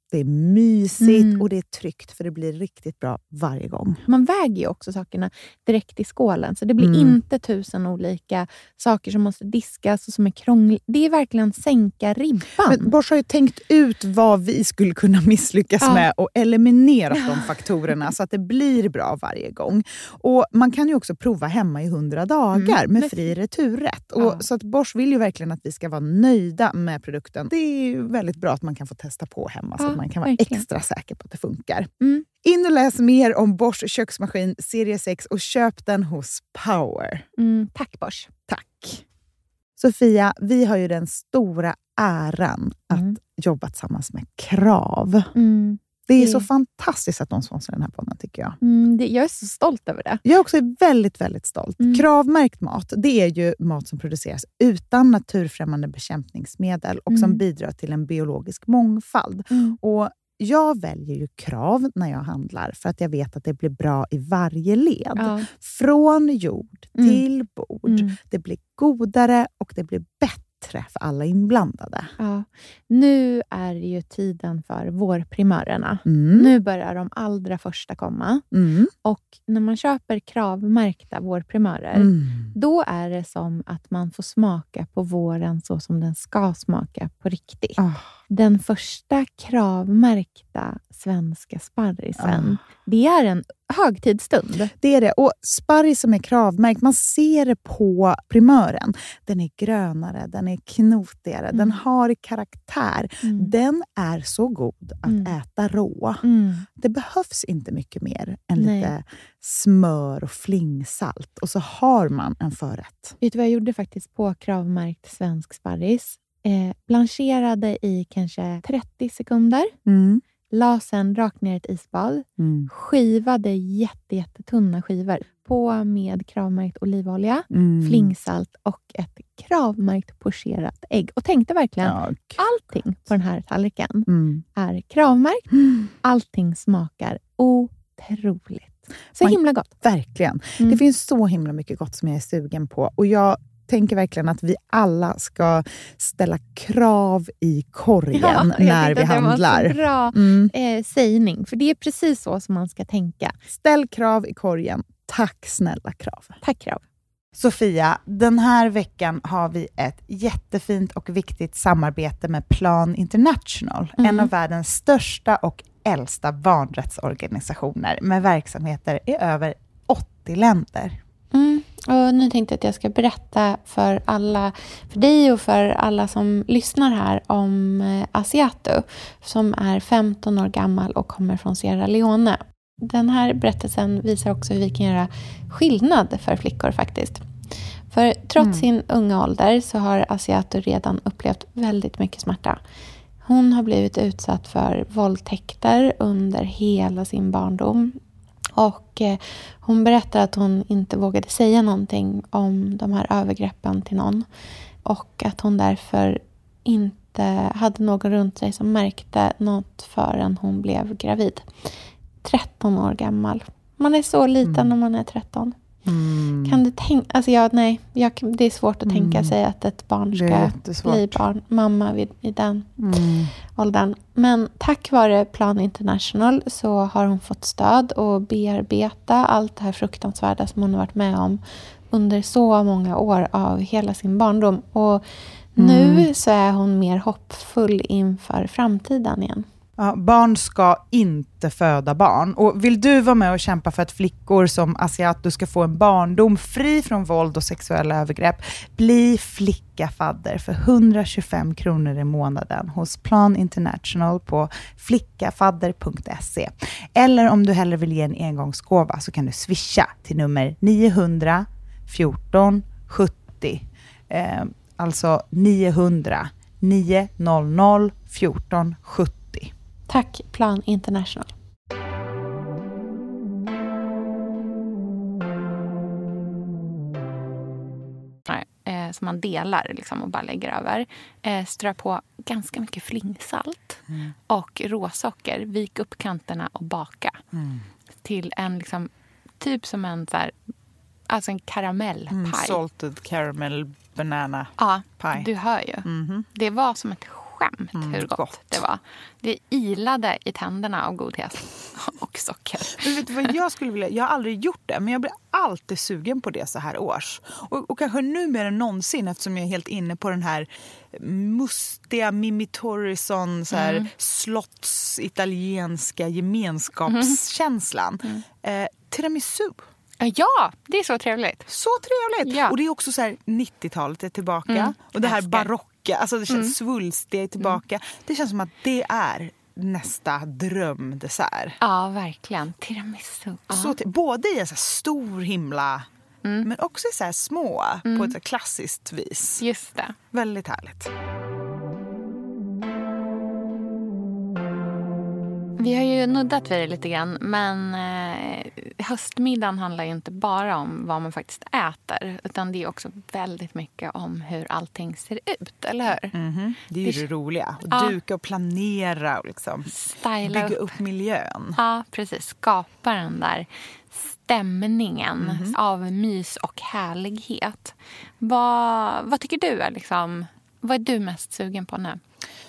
Det är mysigt
Mm.
och det är tryggt för det blir riktigt bra varje gång.
Man väger ju också sakerna direkt i skålen. Så det blir
Mm.
inte tusen olika saker som måste diskas och som är krångligt. Det är verkligen sänka ribban.
Men Bosch har ju tänkt ut vad vi skulle kunna misslyckas
Ja.
med och eliminerat de faktorerna så att det blir bra varje gång. Och man kan ju också prova hemma i hundra dagar
Mm.
med
Men-
fri returrätt.
Ja.
Och så att Bosch vill ju verkligen att vi ska vara nöjda med produkten. Det är ju väldigt bra att man kan få testa på hemma så
Ja,
att man kan vara
verkligen.
extra säker på att det funkar.
Mm.
In och läs mer om Bosch köksmaskin serie sex och köp den hos Power.
Mm, tack Bosch.
Tack. Sofia, vi har ju den stora äran
Mm.
att jobba tillsammans med Krav.
Mm.
Det är
Det-
så fantastiskt att de sponsrar den här podden, tycker jag.
Mm, det, jag är så stolt över det.
Jag är också väldigt, väldigt stolt.
Mm.
Kravmärkt mat, det är ju mat som produceras utan naturfrämmande bekämpningsmedel och som
Mm.
bidrar till en biologisk mångfald.
Mm.
Och jag väljer ju Krav när jag handlar för att jag vet att det blir bra i varje led.
Ja.
Från jord
Mm.
till bord.
Mm.
Det blir godare och det blir bättre för alla inblandade.
Ja. Nu är det ju tiden för vårprimörerna.
Mm.
Nu börjar de allra första komma.
Mm.
Och när man köper kravmärkta vårprimörer,
Mm.
då är det som att man får smaka på våren så som den ska smaka på riktigt.
Ah.
Den första kravmärkta svenska sparrisen,
Ah.
det är en högtidsstund.
Det är det. Och sparris som är kravmärkt, man ser det på primören. Den är grönare, den är knotigare,
Mm.
den har karaktär.
Mm.
Den är så god att
Mm.
äta rå.
Mm.
Det behövs inte mycket mer än
Nej.
lite smör och flingsalt. Och så har man en förrätt.
Vet du vad jag gjorde faktiskt på kravmärkt svensk sparris? Eh, blancherade i kanske trettio sekunder.
Mm.
La sen rakt ner i ett isbad.
Mm.
Skivade jätte, jättetunna skivor. På med kravmärkt olivolja,
Mm.
flingsalt och ett kravmärkt pocherat ägg. Och tänkte verkligen,
Ja,
allting på den här tallriken
mm.
är kravmärkt. Allting smakar otroligt. Så
Man-
himla gott.
Verkligen.
Mm.
Det finns så himla mycket gott som jag är sugen på. Och jag tänker verkligen att vi alla ska ställa krav i korgen
Ja, jag
när
tyckte
vi
att det var
handlar.
så bra
Mm.
eh, sägning. För det är precis så som man ska tänka.
Ställ krav i korgen. Tack snälla Krav.
Tack Krav.
Sofia, den här veckan har vi ett jättefint och viktigt samarbete med Plan International.
Mm.
En av världens största och äldsta barnrättsorganisationer med verksamheter i över åttio länder.
Mm. Och nu tänkte jag att jag ska berätta för alla, för dig och för alla som lyssnar här om eh, Asiato, som är femton år gammal och kommer från Sierra Leone. Den här berättelsen visar också hur vi kan göra skillnad för flickor faktiskt. För trots
Mm.
sin unga ålder så har Asiato redan upplevt väldigt mycket smärta. Hon har blivit utsatt för våldtäkter under hela sin barndom. Och eh, hon berättar att hon inte vågade säga någonting om de här övergreppen till någon. Och att hon därför inte hade någon runt sig som märkte något förrän hon blev gravid. tretton år gammal. Man är så liten
Mm.
när man är tretton.
Mm.
Kan du tänka... Alltså jag, nej, jag, det är svårt att
Mm.
tänka sig att ett barn
Det är
ska
jättesvårt.
bli barn, mamma vid, i den
Mm.
åldern. Men tack vare Plan International så har hon fått stöd och bearbeta allt det här fruktansvärda som hon har varit med om under så många år av hela sin barndom. Och nu
Mm.
så är hon mer hoppfull inför framtiden igen.
Ja, barn ska inte föda barn. Och vill du vara med och kämpa för att flickor som Asiato ska få en barndom fri från våld och sexuella övergrepp, bli flickafadder för hundratjugofem kronor i månaden hos Plan International på flickafadder punkt se. Eller om du hellre vill ge en engångsgåva så kan du swisha till nummer niohundra fjorton sjuttio. Eh, alltså niohundra niohundra fjorton sjuttio.
Tack Plan International. Eh, som man delar liksom, och bara lägger över. Eh, strö på ganska mycket flingsalt
Mm.
och råsocker. Vik upp kanterna och baka.
Mm.
Till en liksom, typ som en så här, alltså en karamellpaj.
Mm,
salted caramel banana
Ja,
pie.
du hör ju.
Mhm.
Det var som ett skämt
Mm,
hur gott,
gott
det var. Det ilade i tänderna av godhet och socker.
Men vet du vad jag skulle vilja? Jag har aldrig gjort det, men jag blir alltid sugen på det så här års. Och, och kanske nu mer än någonsin, eftersom jag är helt inne på den här mustiga Mimi Torrison, så här mm. slotts italienska gemenskapskänslan. Mm. Eh, tiramisu.
Ja, det är så trevligt.
Så trevligt. Ja. Och det är också så här nittiotalet är tillbaka. Mm. Och det här barocka, alltså det känns mm. svulstiga är tillbaka. Mm. Det känns som att det är nästa drömdessert.
Ja, verkligen. Tiramisu. Ja.
Så t- både i en så här stor himla, mm. men också i så här små, mm. på ett så klassiskt vis.
Just det.
Väldigt härligt.
Vi har ju nuddat vid det lite grann, men eh, höstmiddagen handlar ju inte bara om vad man faktiskt äter, utan det är också väldigt mycket om hur allting ser ut, eller hur?
Mm-hmm. Det är ju det, det roliga. Att ja. duka och planera och liksom bygga upp. upp miljön.
Ja, precis. Skapa den där stämningen mm-hmm. av mys och härlighet. Vad, vad tycker du är liksom, vad är du mest sugen på nu?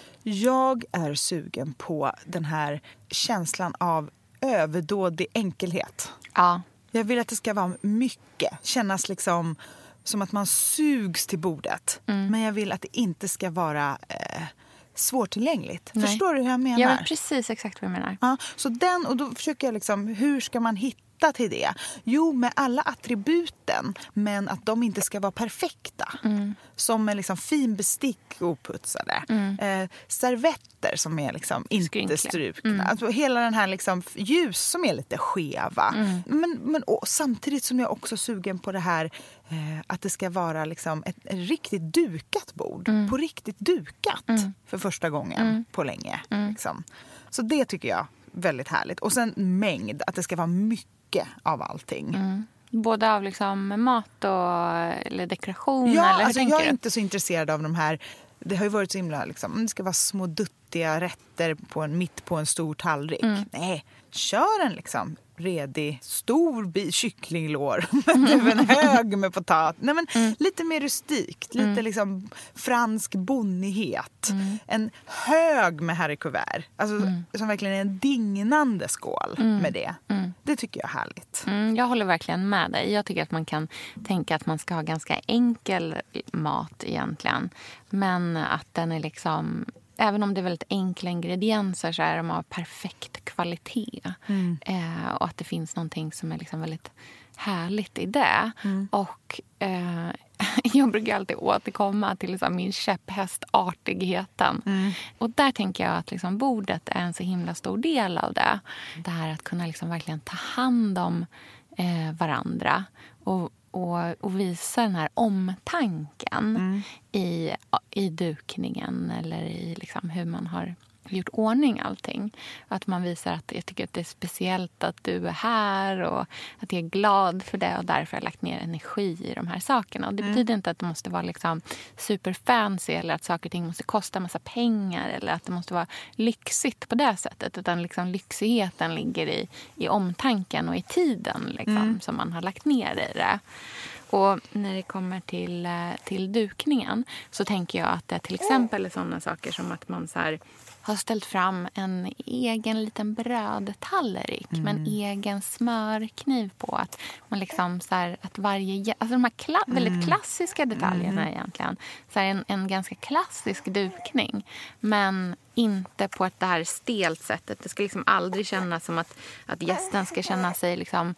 Jag är sugen på den här känslan av överdådig enkelhet.
Ja.
Jag vill att det ska vara mycket. Kännas liksom som att man sugs till bordet. Mm. Men jag vill att det inte ska vara eh, svårtillgängligt. Nej. Förstår du hur jag menar?
Jag vet precis exakt vad jag menar.
Ja, så den, och då försöker jag liksom, hur ska man hitta till det? Jo, med alla attributen, men att de inte ska vara perfekta. Mm. Som är liksom fin bestick oputsade. Mm. Eh, servetter som är liksom inte Skrynkliga. strukna. Mm. Alltså hela den här liksom ljus som är lite skeva. Mm. Men, men och, samtidigt som jag också är sugen på det här eh, att det ska vara liksom ett, ett riktigt dukat bord. Mm. På riktigt dukat mm. för första gången mm. på länge. Mm. Liksom. Så det tycker jag väldigt härligt. Och sen mängd, att det ska vara mycket av allting. Mm.
Både av liksom mat och eller dekoration?
Ja,
eller
alltså jag är
du?
inte så intresserad av de här. Det har ju varit så himla liksom, det ska vara små duttiga rätter på en, mitt på en stor tallrik. Mm. Nej, kör en liksom redig, stor bi- kycklinglår med en hög med potat. Nej, men mm. lite mer rustikt, lite mm. liksom fransk bonnighet. Mm. En hög med haricot-vert. Alltså mm. som verkligen är en dignande skål mm. med det. Mm. Det tycker jag är härligt.
Mm, jag håller verkligen med dig. Jag tycker att man kan tänka att man ska ha ganska enkel mat egentligen. Men att den är liksom, även om det är väldigt enkla ingredienser, så är de av perfekt kvalitet. Mm. Eh, och att det finns någonting som är liksom väldigt härligt i det. Mm. Och eh, jag brukar alltid återkomma till liksom min käpphäst, artigheten. Mm. Och där tänker jag att liksom bordet är en så himla stor del av det. Det här att kunna liksom verkligen ta hand om eh, varandra. Och Och, och visa den här omtanken mm. i, i dukningen eller i liksom hur man har gjort ordning allting. Att man visar att jag tycker att det är speciellt att du är här och att jag är glad för det och därför har jag lagt ner energi i de här sakerna. Och det mm. betyder inte att det måste vara liksom superfancy eller att saker och ting måste kosta massa pengar eller att det måste vara lyxigt på det sättet, utan liksom lyxigheten ligger i, i omtanken och i tiden liksom, mm. som man har lagt ner i det. Och när det kommer till, till dukningen så tänker jag att det till exempel är sådana saker som att man så här har ställt fram en egen liten brödtallrik mm. med en egen smörkniv på. Att man liksom så här, att varje, alltså de här kla, väldigt mm. klassiska detaljerna mm. egentligen. Så här en, en ganska klassisk dukning. Men inte på ett det här stelt sättet. Det ska liksom aldrig kännas som att, att gästen ska känna sig liksom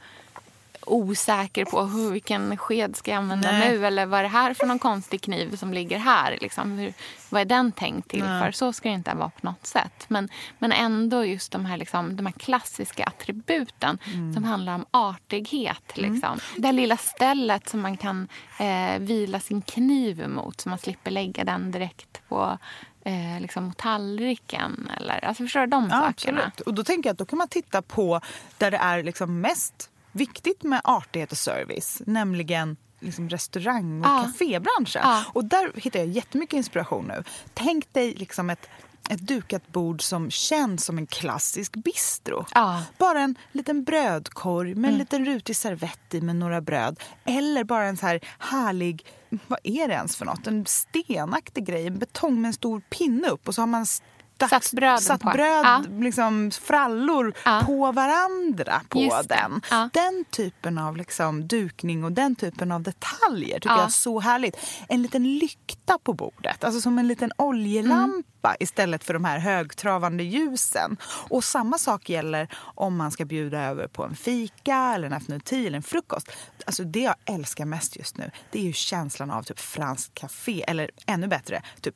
osäker på hur, vilken sked ska jag använda Nej. nu eller vad är det här för någon konstig kniv som ligger här liksom, hur, vad är den tänkt till Nej. för, så ska det inte vara på något sätt, men, men ändå just de här, liksom, de här klassiska attributen mm. som handlar om artighet liksom. Mm. Det här lilla stället som man kan eh, vila sin kniv emot så man slipper lägga den direkt på Eh, liksom mot tallriken eller, alltså förstår du de ja, sakerna?
Absolut. Och då tänker jag att då kan man titta på där det är liksom mest viktigt med artighet och service, nämligen liksom restaurang- och ja. kafébranschen. Ja. Och där hittar jag jättemycket inspiration nu. Tänk dig liksom ett ett dukat bord som känns som en klassisk bistro.
Ja.
Bara en liten brödkorg med en
Mm.
liten rutig servett i med några bröd. Eller bara en så här härlig, vad är det ens för något? En stenaktig grej, en betong med en stor pinne upp. Och så har man Dags,
satt bröden
satt
på.
bröd,
Ja.
liksom frallor
Ja.
på varandra på
Just det.
den.
Ja.
Den typen av liksom dukning och den typen av detaljer tycker
Ja.
jag är så härligt. En liten lykta på bordet, alltså som en liten oljelampa
Mm.
istället för de här högtravande ljusen. Och samma sak gäller om man ska bjuda över på en fika eller en afternoon tea eller en frukost. Alltså det jag älskar mest just nu, det är ju känslan av typ fransk café eller ännu bättre, typ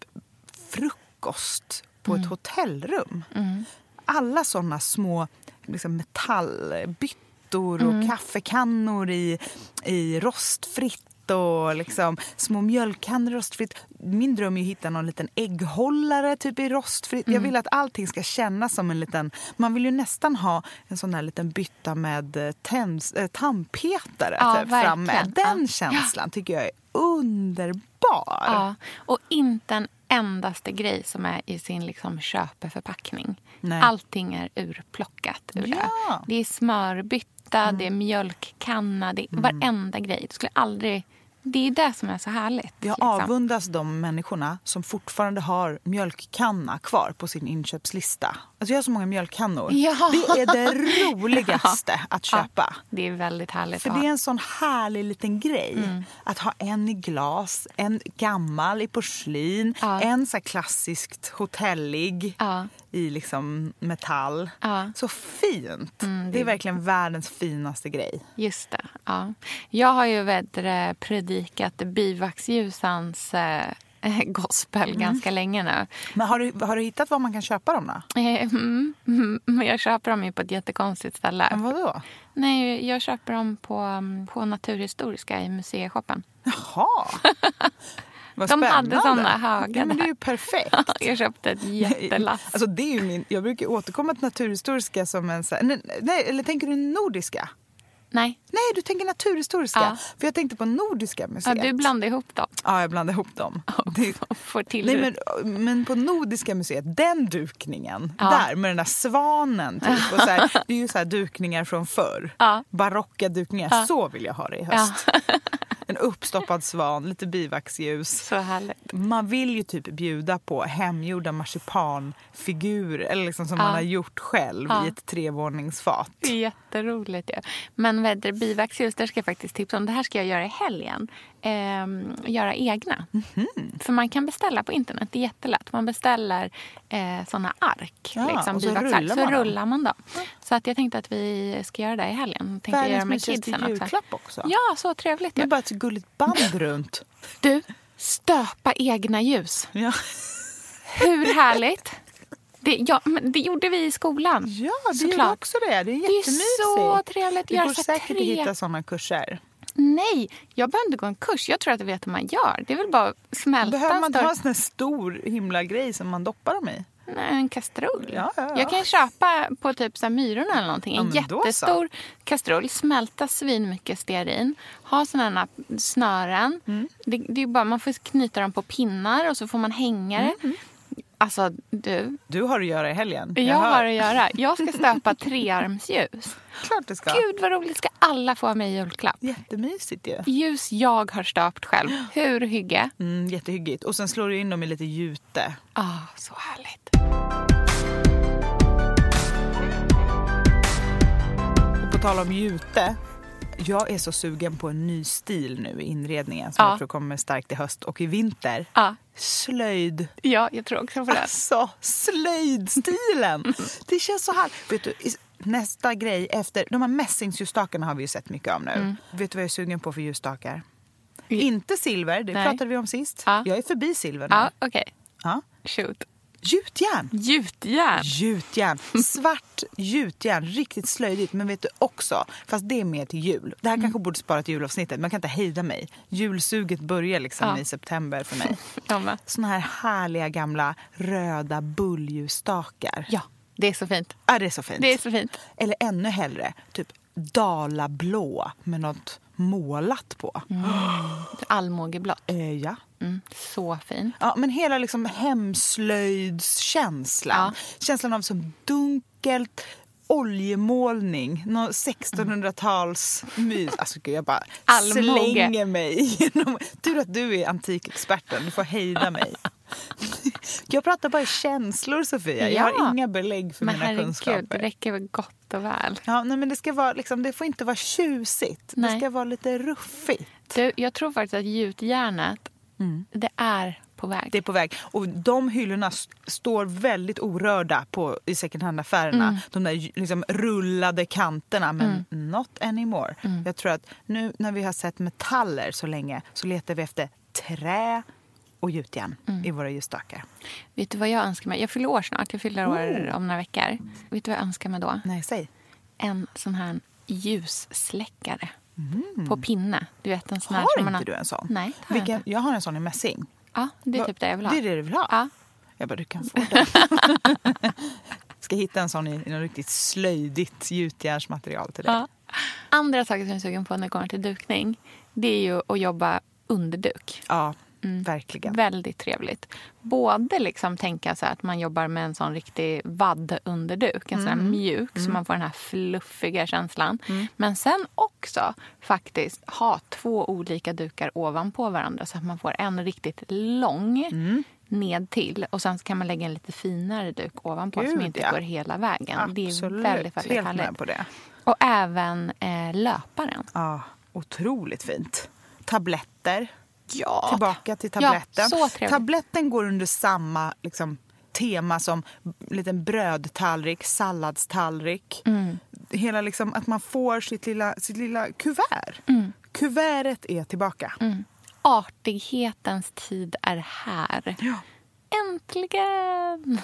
frukost på
Mm.
ett hotellrum. Alla såna små liksom, metallbyttor och
Mm.
kaffekannor i, i rostfritt och liksom, små mjölkkannor i rostfritt. Min dröm är att hitta någon liten ägghållare typ i rostfritt. Jag vill att allting ska kännas som en liten... Man vill ju nästan ha en sån här liten bytta med eh, tens, eh, tandpetare
Ja,
typ, framme.
verkligen.
Den
Ja.
känslan tycker jag är underbar.
Ja, och inte en endaste grej som är i sin liksom köpeförpackning.
Nej.
Allting är urplockat ur
Ja.
det. Det är smörbytta, det är mjölkkanna, det är varenda grej. Det skulle aldrig... Det är det som är så härligt.
Jag
liksom.
avundas de människorna som fortfarande har mjölkkanna kvar på sin inköpslista. Alltså jag har så många mjölkkannor.
Ja.
Det är det roligaste att köpa.
Ja, det är väldigt härligt
För
att
det
ha.
är en sån härlig liten grej.
Mm.
Att ha en i glas, en gammal i porslin,
Ja.
en så här klassiskt hotellig
Ja.
i liksom metall.
Ja.
Så fint.
Mm,
det
det-
är verkligen världens finaste grej.
Just det, ja. Jag har ju vet, du, predikat bivaxljusans eh, gospel ganska länge nu.
Men har du, har du hittat var man kan köpa dem då?
Eh, mm, mm, Men jag köper dem ju på ett jättekonstigt ställe.
Men vadå?
Nej, jag köper dem på, mm, på Naturhistoriska i museishoppen.
Jaha. Vad
De hade
spännande.
såna höga
Ja, men det är
där.
ju perfekt.
Jag köpte ett jättelass.
Alltså det är ju min, jag brukar återkomma till Naturhistoriska som en så här, nej, nej, eller tänker du nordiska?
Nej,
Nej, du tänker Naturhistoriska.
Ja.
För jag tänkte på Nordiska
ja,
museet.
du blandar ihop dem.
Ja, jag blandade ihop dem. Det,
Och får till
nej,
det.
men, men på Nordiska museet, den dukningen,
Ja.
där med den där svanen typ. Och så här, det är ju så här dukningar från förr.
Ja.
Barocka dukningar,
Ja.
så vill jag ha det i
Ja.
höst. En uppstoppad svan, lite bivaxljus.
Så härligt.
Man vill ju typ bjuda på hemgjorda marsipanfigurer eller liksom som
Ja.
man har gjort själv
Ja.
i ett trevåningsfat.
Det är jätteroligt. Ja. Men vad heter det, bivaxljus, där ska jag faktiskt tipsa om. Det här ska jag göra i helgen. Ehm, göra egna.
Mm-hmm.
För man kan beställa på internet. Det är jättelätt. Man beställer eh, såna ark.
Ja,
liksom,
och så
bivaxark.
rullar
så
man dem.
rullar man dem. Så att jag tänkte att vi ska göra det i helgen. Tänkte jag göra
Världens
med
mysigaste
kidsen också.
julklapp också.
Ja, så trevligt.
Med
Ja.
bara ett gulligt band runt.
Du, stöpa egna ljus.
Ja.
Hur härligt? Det, ja, men det gjorde vi i skolan.
Ja, det gör
Såklart.
också det. Det är
Det är
jättemysigt.
så trevligt att
Det
göra
går
så
säkert
tre...
att hitta sådana kurser.
Nej, jag behöver inte gå en kurs. Jag tror att jag vet hur man gör. Det är väl bara att smälta
Behöver man
en
inte
stor...
ha en sån här stor himla grej som man doppar dem i?
Nej, en kastrull.
Ja, ja, ja.
Jag kan köpa på typ så här Myrorna eller någonting.
Ja,
En
men då så.
jättestor kastrull. Smälta svinmycket stearin. Ha såna här snören.
Mm.
Det, det är bara, man får knyta dem på pinnar och så får man hänga det.
Mm.
Alltså, du.
Du har att göra i helgen.
Jag
hör.
har att göra. Jag ska stöpa trearmsljus.
Klart det ska.
Gud vad roligt. Ska alla få mig i julklapp?
Jättemysigt ju.
Ljus jag har stöpt själv. Hur hygge?
Mm, jättehyggigt. Och sen slår du in dem i lite jute.
Ah, så härligt.
Och på tal om jute. Jag är så sugen på en ny stil nu i inredningen som
Ja.
jag tror kommer starkt i höst och i vinter.
Ja.
Slöjd.
Ja, jag tror också på det.
Alltså, slöjdstilen. Det känns så här. Vet du, i- nästa grej efter... De här mässingsljusstakarna har vi ju sett mycket av nu.
Mm.
Vet du vad jag är sugen på för ljusstakar?
I-
Inte silver, det
Nej.
pratade vi om sist.
Ja.
Jag är förbi silver nu.
Ja, okej.
Ja.
Shoot.
Gjutjärn.
Gjutjärn.
Gjutjärn. Svart gjutjärn. Riktigt slöjdigt. Men vet du också, fast det är mer till jul. Det här kanske borde spara till julavsnittet. Man kan inte hejda mig. Julsuget börjar liksom
Ja.
i september för mig.
Ja, men.
Såna här härliga gamla röda bulljussstakar.
Ja, det är så fint.
Ja, det är så fint.
Det är så fint.
Eller ännu hellre, typ dalablå med något målat på.
Allmogeblått.
Eh, ja,
Mm, så fint.
Ja, men hela liksom hemslöjdskänslan. Ja. Känslan av som dunkelt oljemålning, någon sextonhundratals mys. Alltså gud, jag bara
Allmoge.
slänger mig genom. Tur att du är antikexperten, du får hejda mig. Jag pratar bara i känslor, Sofia. Jag
Ja.
har inga belägg för
Men
mina
herregud,
kunskaper.
det räcker väl gott och väl.
Ja, nej, men det ska vara liksom, det får inte vara tjusigt.
Nej.
Det ska vara lite ruffigt.
Du, jag tror faktiskt att gjutjärnet, mm. det är på väg.
Det är på väg. Och de hyllorna st- står väldigt orörda på, i second hand-affärerna. Mm. De där liksom rullade kanterna, men mm. not anymore. Mm. Jag tror att nu när vi har sett metaller så länge så letar vi efter trä och gjutjärn mm. i våra ljusstakar.
Vet du vad jag önskar mig? Jag fyller år snart. Jag fyller år oh. om några veckor. Vet du vad jag önskar mig då?
Nej, säg.
En sån här ljussläckare.
Mm.
På pinne. Du vet, en sån här
har
som
inte
man...
du en sån?
Nej,
Vilken...
jag,
jag har en sån i mässing.
Ja, det är Va? typ det jag vill ha.
Det är det du vill ha?
Ja.
Jag bara, du kan få den. Ska hitta en sån i, i något riktigt slöjdigt gjutjärnsmaterial till dig.
Ja. Andra saker som jag är sugen på när det kommer till dukning, det är ju att jobba underduk.
Ja, mm. verkligen.
Väldigt trevligt. Både liksom tänka så här att man jobbar med en sån riktig vadd-underduk. En mm. sån här mjuk, mm. så man får den här fluffiga känslan. Mm. Men sen också faktiskt ha två olika dukar ovanpå varandra. Så att man får en riktigt lång mm. ned till. Och sen kan man lägga en lite finare duk ovanpå. Gud, som inte ja. går hela vägen.
Absolut.
Det är väldigt, väldigt
Helt
härligt.
med på det.
Och även eh, löparen.
Ja, otroligt fint. Tabletter.
Ja.
Tillbaka till tabletten.
Ja, så
tabletten går under samma liksom, tema som liten brödtallrik, salladstallrik. Mm. Hela liksom att man får sitt lilla, sitt lilla kuvert. Mm. Kuvertet är tillbaka.
Mm. Artighetens tid är här.
Ja.
Äntligen!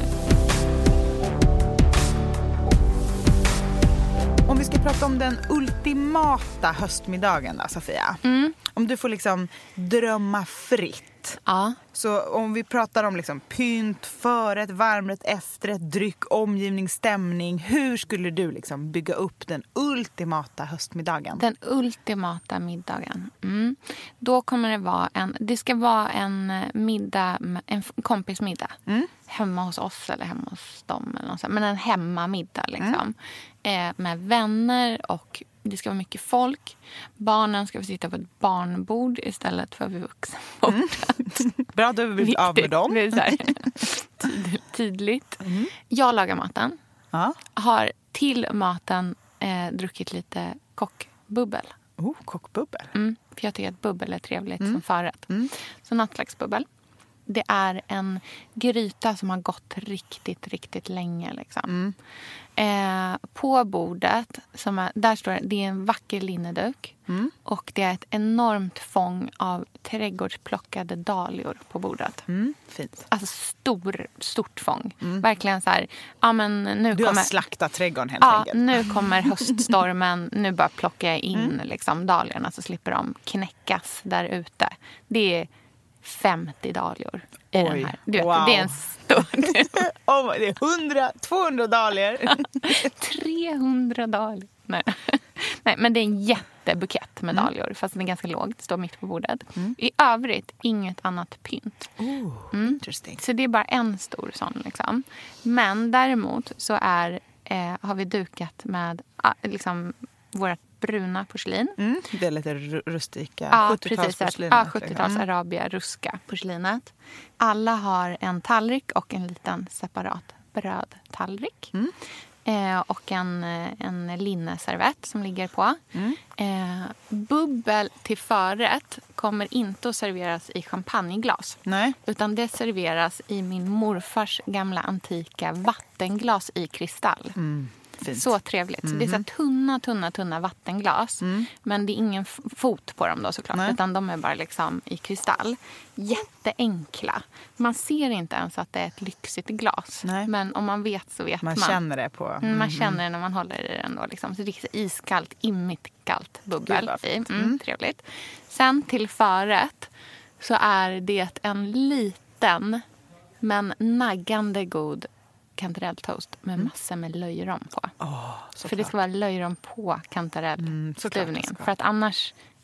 Om vi ska prata om den ultimata höstmiddagen då, Sofia. Mm. Om du får liksom drömma fritt.
Ja.
Så om vi pratar om liksom pynt, förrätt, varmrätt, efterrätt, dryck, omgivning, stämning. Hur skulle du liksom bygga upp den ultimata höstmiddagen?
Den ultimata middagen. Mm. Då kommer det vara en... Det ska vara en middag, en kompismiddag. Mm. Hemma hos oss eller hemma hos dem. Eller något sånt. Men en hemmamiddag liksom. Mm. Eh, med vänner och... Det ska vara mycket folk. Barnen ska få sitta på ett barnbord istället för vid vuxenbordet.
Mm. Bra, då har vi blivit av med dem.
Det är så här, tyd- tydligt. Mm. Jag lagar maten.
Ja.
Har till maten eh, druckit lite kockbubbel.
Oh, kockbubbel.
Mm, för jag tycker att bubbel är trevligt mm. som förrätt. Mm. Så nattslagsbubbel. Det är en gryta som har gått riktigt, riktigt länge. Liksom. Mm. Eh, på bordet, som är, där står det, det är en vacker linneduk. Mm. Och det är ett enormt fång av trädgårdsplockade dahlior på bordet.
Mm. Fint.
Alltså stor, stort fång. Mm. Verkligen så här, ja men nu
du
kommer...
har slaktat trädgården helt
ja,
enkelt.
Nu kommer höststormen, nu bara plockar jag in mm. liksom, dahliorna så slipper de knäckas där ute. Det är femtio dahlior i
Oj,
den här. Du vet,
wow.
det är en stor...
oh, det är hundra, tvåhundra dahlior.
trehundra dahlior. Nej. Nej, men det är en jättebukett med mm. dahlior. Fast den är ganska låg. Det står mitt på bordet. Mm. I övrigt, inget annat pynt.
Oh,
mm.
interesting.
Så det är bara en stor sån. Liksom. Men däremot så är, eh, har vi dukat med ah, liksom, vårt bruna porslin.
Mm, det är lite rustika.
Ja,
sjuttiotalsporslinet.
Ja, sjuttio-tals mm. arabia, ruska porslinet. Alla har en tallrik och en liten separat brödtallrik. Mm. Eh, och en, en linneservett som ligger på. Mm. Eh, bubbel till förrätt kommer inte att serveras i champagneglas.
Nej.
Utan det serveras i min morfars gamla antika vattenglas i kristall.
Mm. Fint.
Så trevligt. Mm-hmm. Så det är så här tunna, tunna, tunna vattenglas. Mm. Men det är ingen f- fot på dem då såklart. Nej. Utan de är bara liksom i kristall. Jätteenkla. Man ser inte ens att det är ett lyxigt glas. Nej. Men om man vet så vet man.
Man känner det på.
Mm. Man känner det när man håller i den då. Liksom. Så det är iskallt, immigt kallt bubbel i. Mm, mm. Trevligt. Sen till förrätt så är det en liten men naggande god kantarelltoast med massor med löjrom på.
Oh,
för det ska vara löjrom på kantarellstuvningen. Mm, för att annars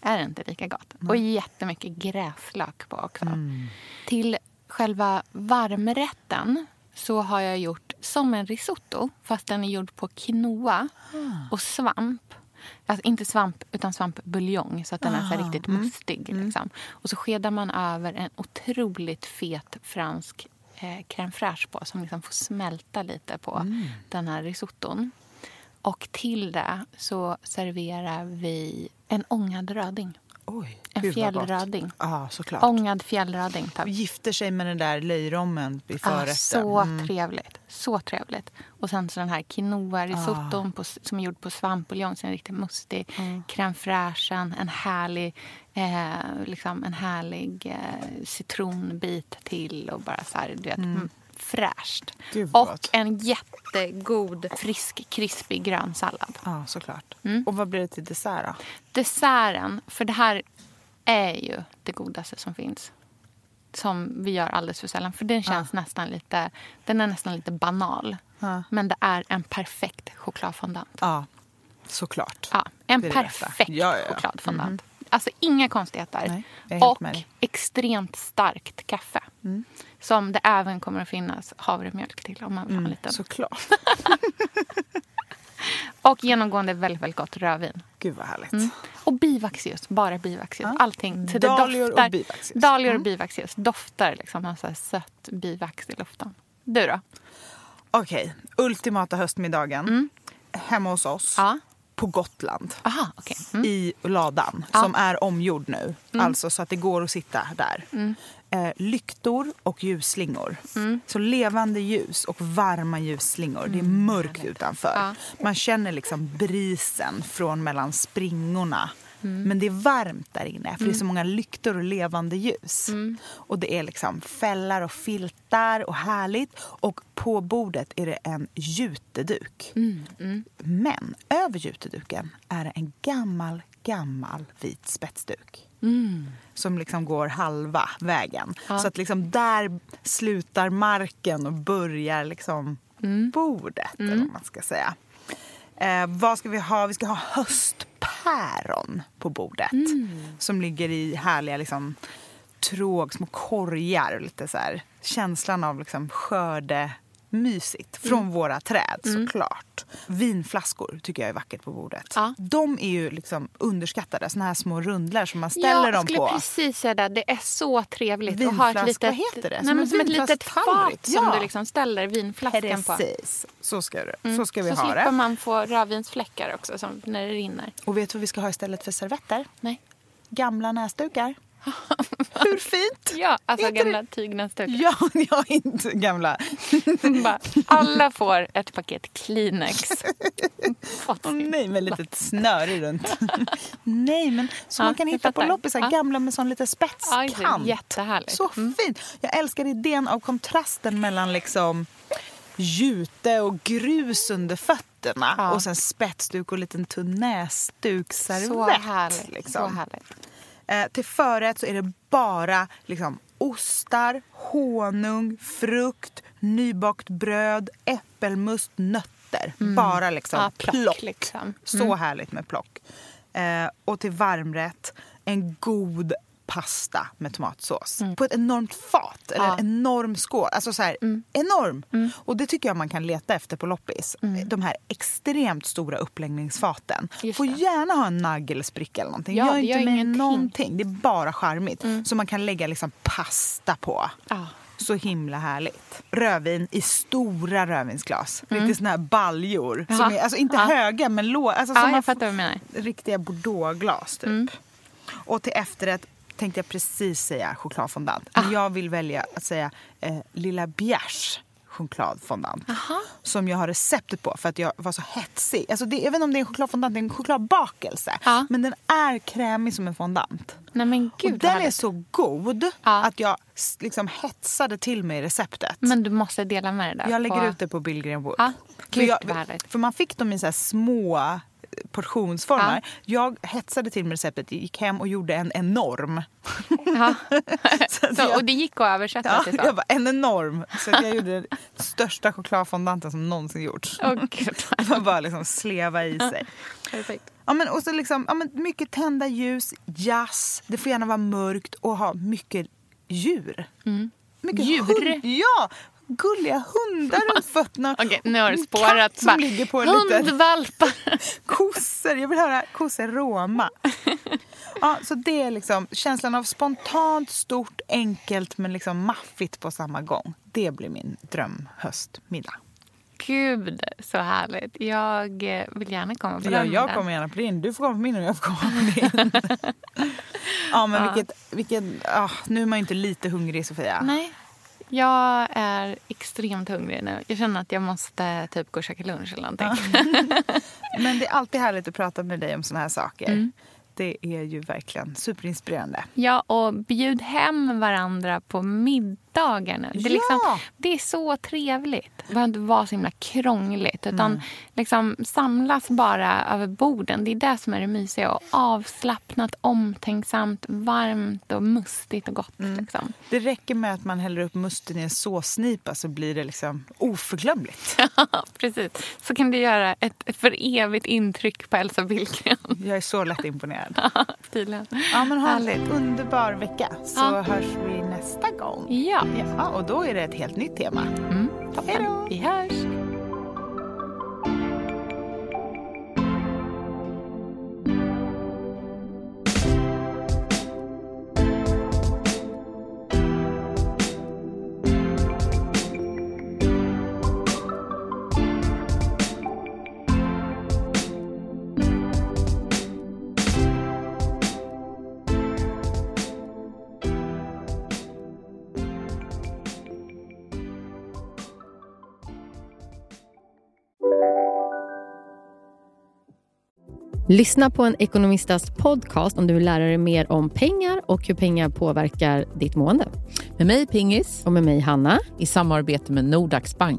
är det inte lika gott. Mm. Och jättemycket gräslök på också. Mm. Till själva varmrätten så har jag gjort som en risotto, fast den är gjord på quinoa och svamp. Alltså inte svamp, utan svampbuljong, så att den är så riktigt mustig. Mm. Liksom. Och så skedar man över en otroligt fet fransk eh, crème fraîche på, som liksom får smälta lite på mm. den här risotton. Och till det så serverar vi en ångad röding.
Oj,
en fjällröding.
Ja, såklart.
Ångad fjällröding. Tack.
Gifter sig med den där löjrommen i förrätten.
Ah, så mm. trevligt. Så trevligt. Och sen så den här quinoa-risotton ah. som är gjord på svampbuljong. Så en riktigt mustig. Mm. Crème fraîchen. En härlig, eh, liksom en härlig eh, citronbit till. Och bara så här, du vet, mm. fräscht. Och en jättegod, frisk, krispig grön sallad.
Ja, såklart. Mm. Och vad blir det till dessert då?
Desserten, för det här är ju det godaste som finns. Som vi gör alldeles för sällan. För den känns ja. nästan lite, den är nästan lite banal. Ja. Men det är en perfekt chokladfondant.
Ja, såklart.
Ja, en perfekt ja, ja. chokladfondant. Mm. Alltså inga konstigheter. Nej, och extremt starkt kaffe. Mm. Som det även kommer att finnas havremjölk till om man vill ha en liten.
Såklart.
Och genomgående väldigt, väldigt gott rödvin.
Gud vad härligt. Mm.
Och bivaxljus, bara bivaxljus. Ja. Allting. Så
dahlior
doftar,
och bivaxljus.
Dahlior
mm.
och bivaxljus doftar liksom av så här sött bivax i luften. Du då?
Okej, okay. Ultimata höstmiddagen. Mm. Hemma hos oss.
Ja.
På Gotland.
Aha, okay. mm.
I ladan. Ja. Som är omgjord nu. Mm. Alltså så att det går att sitta där. Mm. Eh, lyktor och ljusslingor. Mm. Så levande ljus och varma ljusslingor. Mm. Det är mörkt mm. utanför. Ja. Man känner liksom brisen från mellan springorna. Mm. Men det är varmt där inne. För mm. det är så många lyktor och levande ljus. Mm. Och det är liksom fällar och filtar och härligt. Och på bordet är det en juteduk. Mm. Mm. Men över juteduken är det en gammal, gammal vit spetsduk. Mm. Som liksom går halva vägen. Ja. Så att liksom där slutar marken och börjar liksom mm. bordet. Mm. Eller vad man ska säga. Eh, vad ska vi ha? Vi ska ha höstpäron på bordet. Mm. Som ligger i härliga liksom, tråg, små korgar. Och lite så här, känslan av liksom, skörde mysigt. Från mm. våra träd såklart. Mm. Vinflaskor tycker jag är vackert på bordet. Ja. De är ju liksom underskattade. Såna här små rundlar som man ställer
ja,
dem på.
Jag skulle precis säga det. Det är så trevligt att ha ett litet...
Vad heter det?
Nej, som, men som ett litet fat som
ja.
du liksom ställer vinflaskan på.
Precis. Så ska, det. Mm. Så ska vi
så
ha det. Så
slipper man få rödvinsfläckar också som när det rinner.
Och vet du vad vi ska ha istället för servetter?
Nej.
Gamla näsdukar. Hur fint?
Ja, alltså inte gamla tygnäsdukar.
Ja, ja, inte gamla.
Bara, alla får ett paket Kleenex.
Åh oh, nej, med lite snöre runt. Nej, men som ja, man kan hitta på loppisar. Ja. Gamla med sån lite spetskant.
Ja, jättehärligt.
Så mm. fint. Jag älskar idén av kontrasten mellan liksom jute och grus under fötterna. Ja. Och sen spetsduk och liten tunn näsdukservett.
Så härligt.
Liksom.
Så härligt.
Eh, till förrätt så är det bara liksom, ostar, honung, frukt, nybakt bröd, äppelmust, nötter. Mm. Bara liksom ja, plock. plock. Liksom. Mm. Så härligt med plock. Eh, och till varmrätt en god pasta med tomatsås. Mm. På ett enormt fat. Eller ja. en enorm skål. Alltså så här, mm. enorm. Mm. Och det tycker jag man kan leta efter på loppis. Mm. De här extremt stora uppläggningsfaten. Får gärna ha en naggelspricka eller någonting.
Ja,
gör inte
gör
med
ingenting.
någonting. Det är bara charmigt. Mm. Så man kan lägga liksom pasta på.
Ja.
Så himla härligt. Rödvin i stora rödvinsglas. Mm. Riktigt såna här baljor. Som är, alltså inte ja. höga men låga. Alltså
ja,
som
jag fattar vad du menar.
Riktiga bordeauxglas typ. Mm. Och till efterrätt tänkte jag precis säga chokladfondant. Men ah. jag vill välja att säga eh, Lilla Bjärs chokladfondant. Aha. Som jag har receptet på för att jag var så hetsig. Alltså det, även om det är en chokladfondant, det är en chokladbakelse. Ah. Men den är krämig som en fondant.
Nej, men gud,
och den är så god ah. att jag liksom hetsade till mig receptet.
Men du måste dela med det där.
Jag lägger
på...
ut det på Billgren Wood.
Ah.
För, jag, för man fick dem i så här små portionsformer.
Ja.
Jag hetsade till med receptet, gick hem och gjorde en enorm.
Ja.
så
så,
jag,
och det gick att översätta
ja,
till så?
jag bara, en enorm. Så att jag gjorde den största chokladfondanten som någonsin gjorts.
Åh, Gud.
Man bara liksom sleva i sig.
Perfekt.
Ja, men, och så liksom, ja, men mycket tända ljus, jazz. Det får gärna vara mörkt och ha mycket djur.
Mm.
Mycket
Djur?
Hund, ja, gulliga hundar runt fötterna.
Okej, nu har du
En
spårat.
katt som ligger på en liten
Hundvalpar.
kossor. Jag vill höra kossor råma. Ja, så det är liksom känslan av spontant, stort, enkelt men liksom maffigt på samma gång. Det blir min drömhöstmiddag.
Gud, så härligt. Jag vill gärna komma på
Ja,
den.
jag kommer gärna på din. Du får komma på min och jag får komma på din. Ja, men
Ja.
vilket... vilket ah, nu är man ju inte lite hungrig, Sofia.
Nej, jag är extremt hungrig nu. Jag känner att jag måste typ gå och käka lunch eller någonting.
Ja. Men det är alltid härligt att prata med dig om såna här saker.
Mm.
Det är ju verkligen superinspirerande.
Ja, och bjud hem varandra på middagar nu. Det är,
Ja!
liksom, det är så trevligt. Det behöver inte vara så himla krångligt. Utan liksom samlas bara över borden. Det är det som är det mysiga. Och avslappnat, omtänksamt, varmt och mustigt och gott.
Mm.
Liksom.
Det räcker med att man häller upp musten i en såsnipa så blir det liksom oförglömligt.
Precis. Så kan du göra ett för evigt intryck på Elsa Billgren.
Jag är så lätt imponerad.
Tydligen.
Ja, men ha en
Härligt.
underbar vecka. Så
Ja.
hörs vi nästa gång.
Ja.
Ja, och då är det ett helt nytt tema.
Mm.
Hej då!
Vi hörs.
Lyssna på en ekonomistas podcast om du vill lära dig mer om pengar och hur pengar påverkar ditt mående.
Med mig Pingis
och med mig Hanna
i samarbete med Nordax Bank.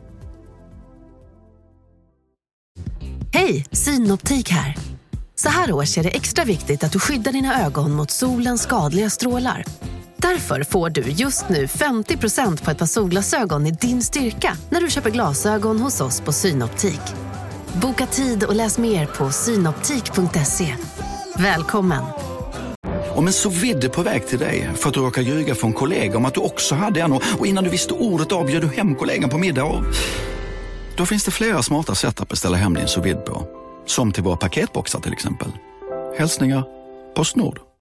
Hej, Synoptik här. Så här års är det extra viktigt att du skyddar dina ögon mot solens skadliga strålar. Därför får du just nu femtio procent på ett par solglasögon i din styrka när du köper glasögon hos oss på Synoptik. Boka tid och läs mer på synoptik punkt se. Välkommen!
Om en så vidde på väg till dig för att du råkar ljuga från kollega om att du också hade en och innan du visste ordet av bjöd du hem kollegan på middag och... Då finns det flera smarta sätt att beställa hem din sous vide på. Som till våra paketboxar till exempel. Hälsningar Postnord.